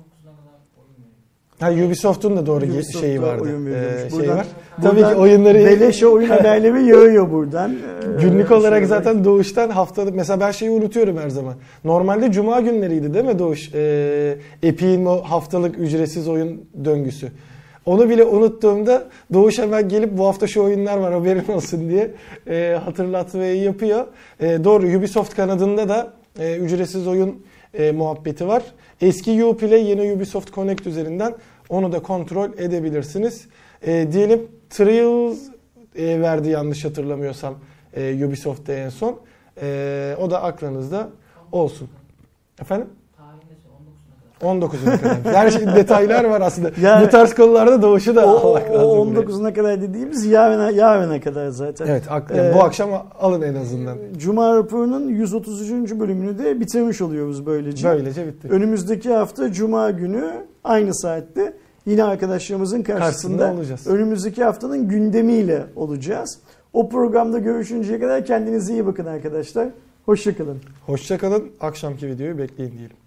Ha, Ubisoft'un da doğru Ubisoft'ta şeyi vardı. Ee, şey var. Tabii ki oyunları beleşe oyun haberleri yağıyor buradan. Günlük ee, olarak şey zaten var. Doğuştan haftalık mesela ben şeyi unutuyorum her zaman. Normalde cuma günleriydi değil mi Doğuş? Ee, Epic'in o haftalık ücretsiz oyun döngüsü. Onu bile unuttuğumda Doğuş hemen gelip bu hafta şu oyunlar var haberin olsun diye e, hatırlatmayı yapıyor. E, doğru, Ubisoft kanadında da e, ücretsiz oyun e, muhabbeti var. Eski Uplay, yeni Ubisoft Connect üzerinden onu da kontrol edebilirsiniz. E, diyelim Trials e, verdi yanlış hatırlamıyorsam e, Ubisoft'ta en son. E, o da aklınızda olsun. Efendim? on dokuzuna kadar. Her şey detaylar var aslında. Yani- Bu tarz konularda Doğuş'u da O, almak o lazım. buraya. on dokuzuna kadar dediğimiz yarına, yarına kadar zaten. Evet, ak- Ee, yani bu akşam alın en azından. Cuma raporunun yüz otuz üçüncü bölümünü de bitirmiş oluyoruz böylece. Böylece bitti. Önümüzdeki hafta Cuma günü aynı saatte yine arkadaşlarımızın karşısında, Karşısında olacağız. önümüzdeki haftanın gündemiyle olacağız. O programda görüşünceye kadar kendinize iyi bakın arkadaşlar. Hoşça kalın. Hoşça kalın. Akşamki videoyu bekleyin diyelim.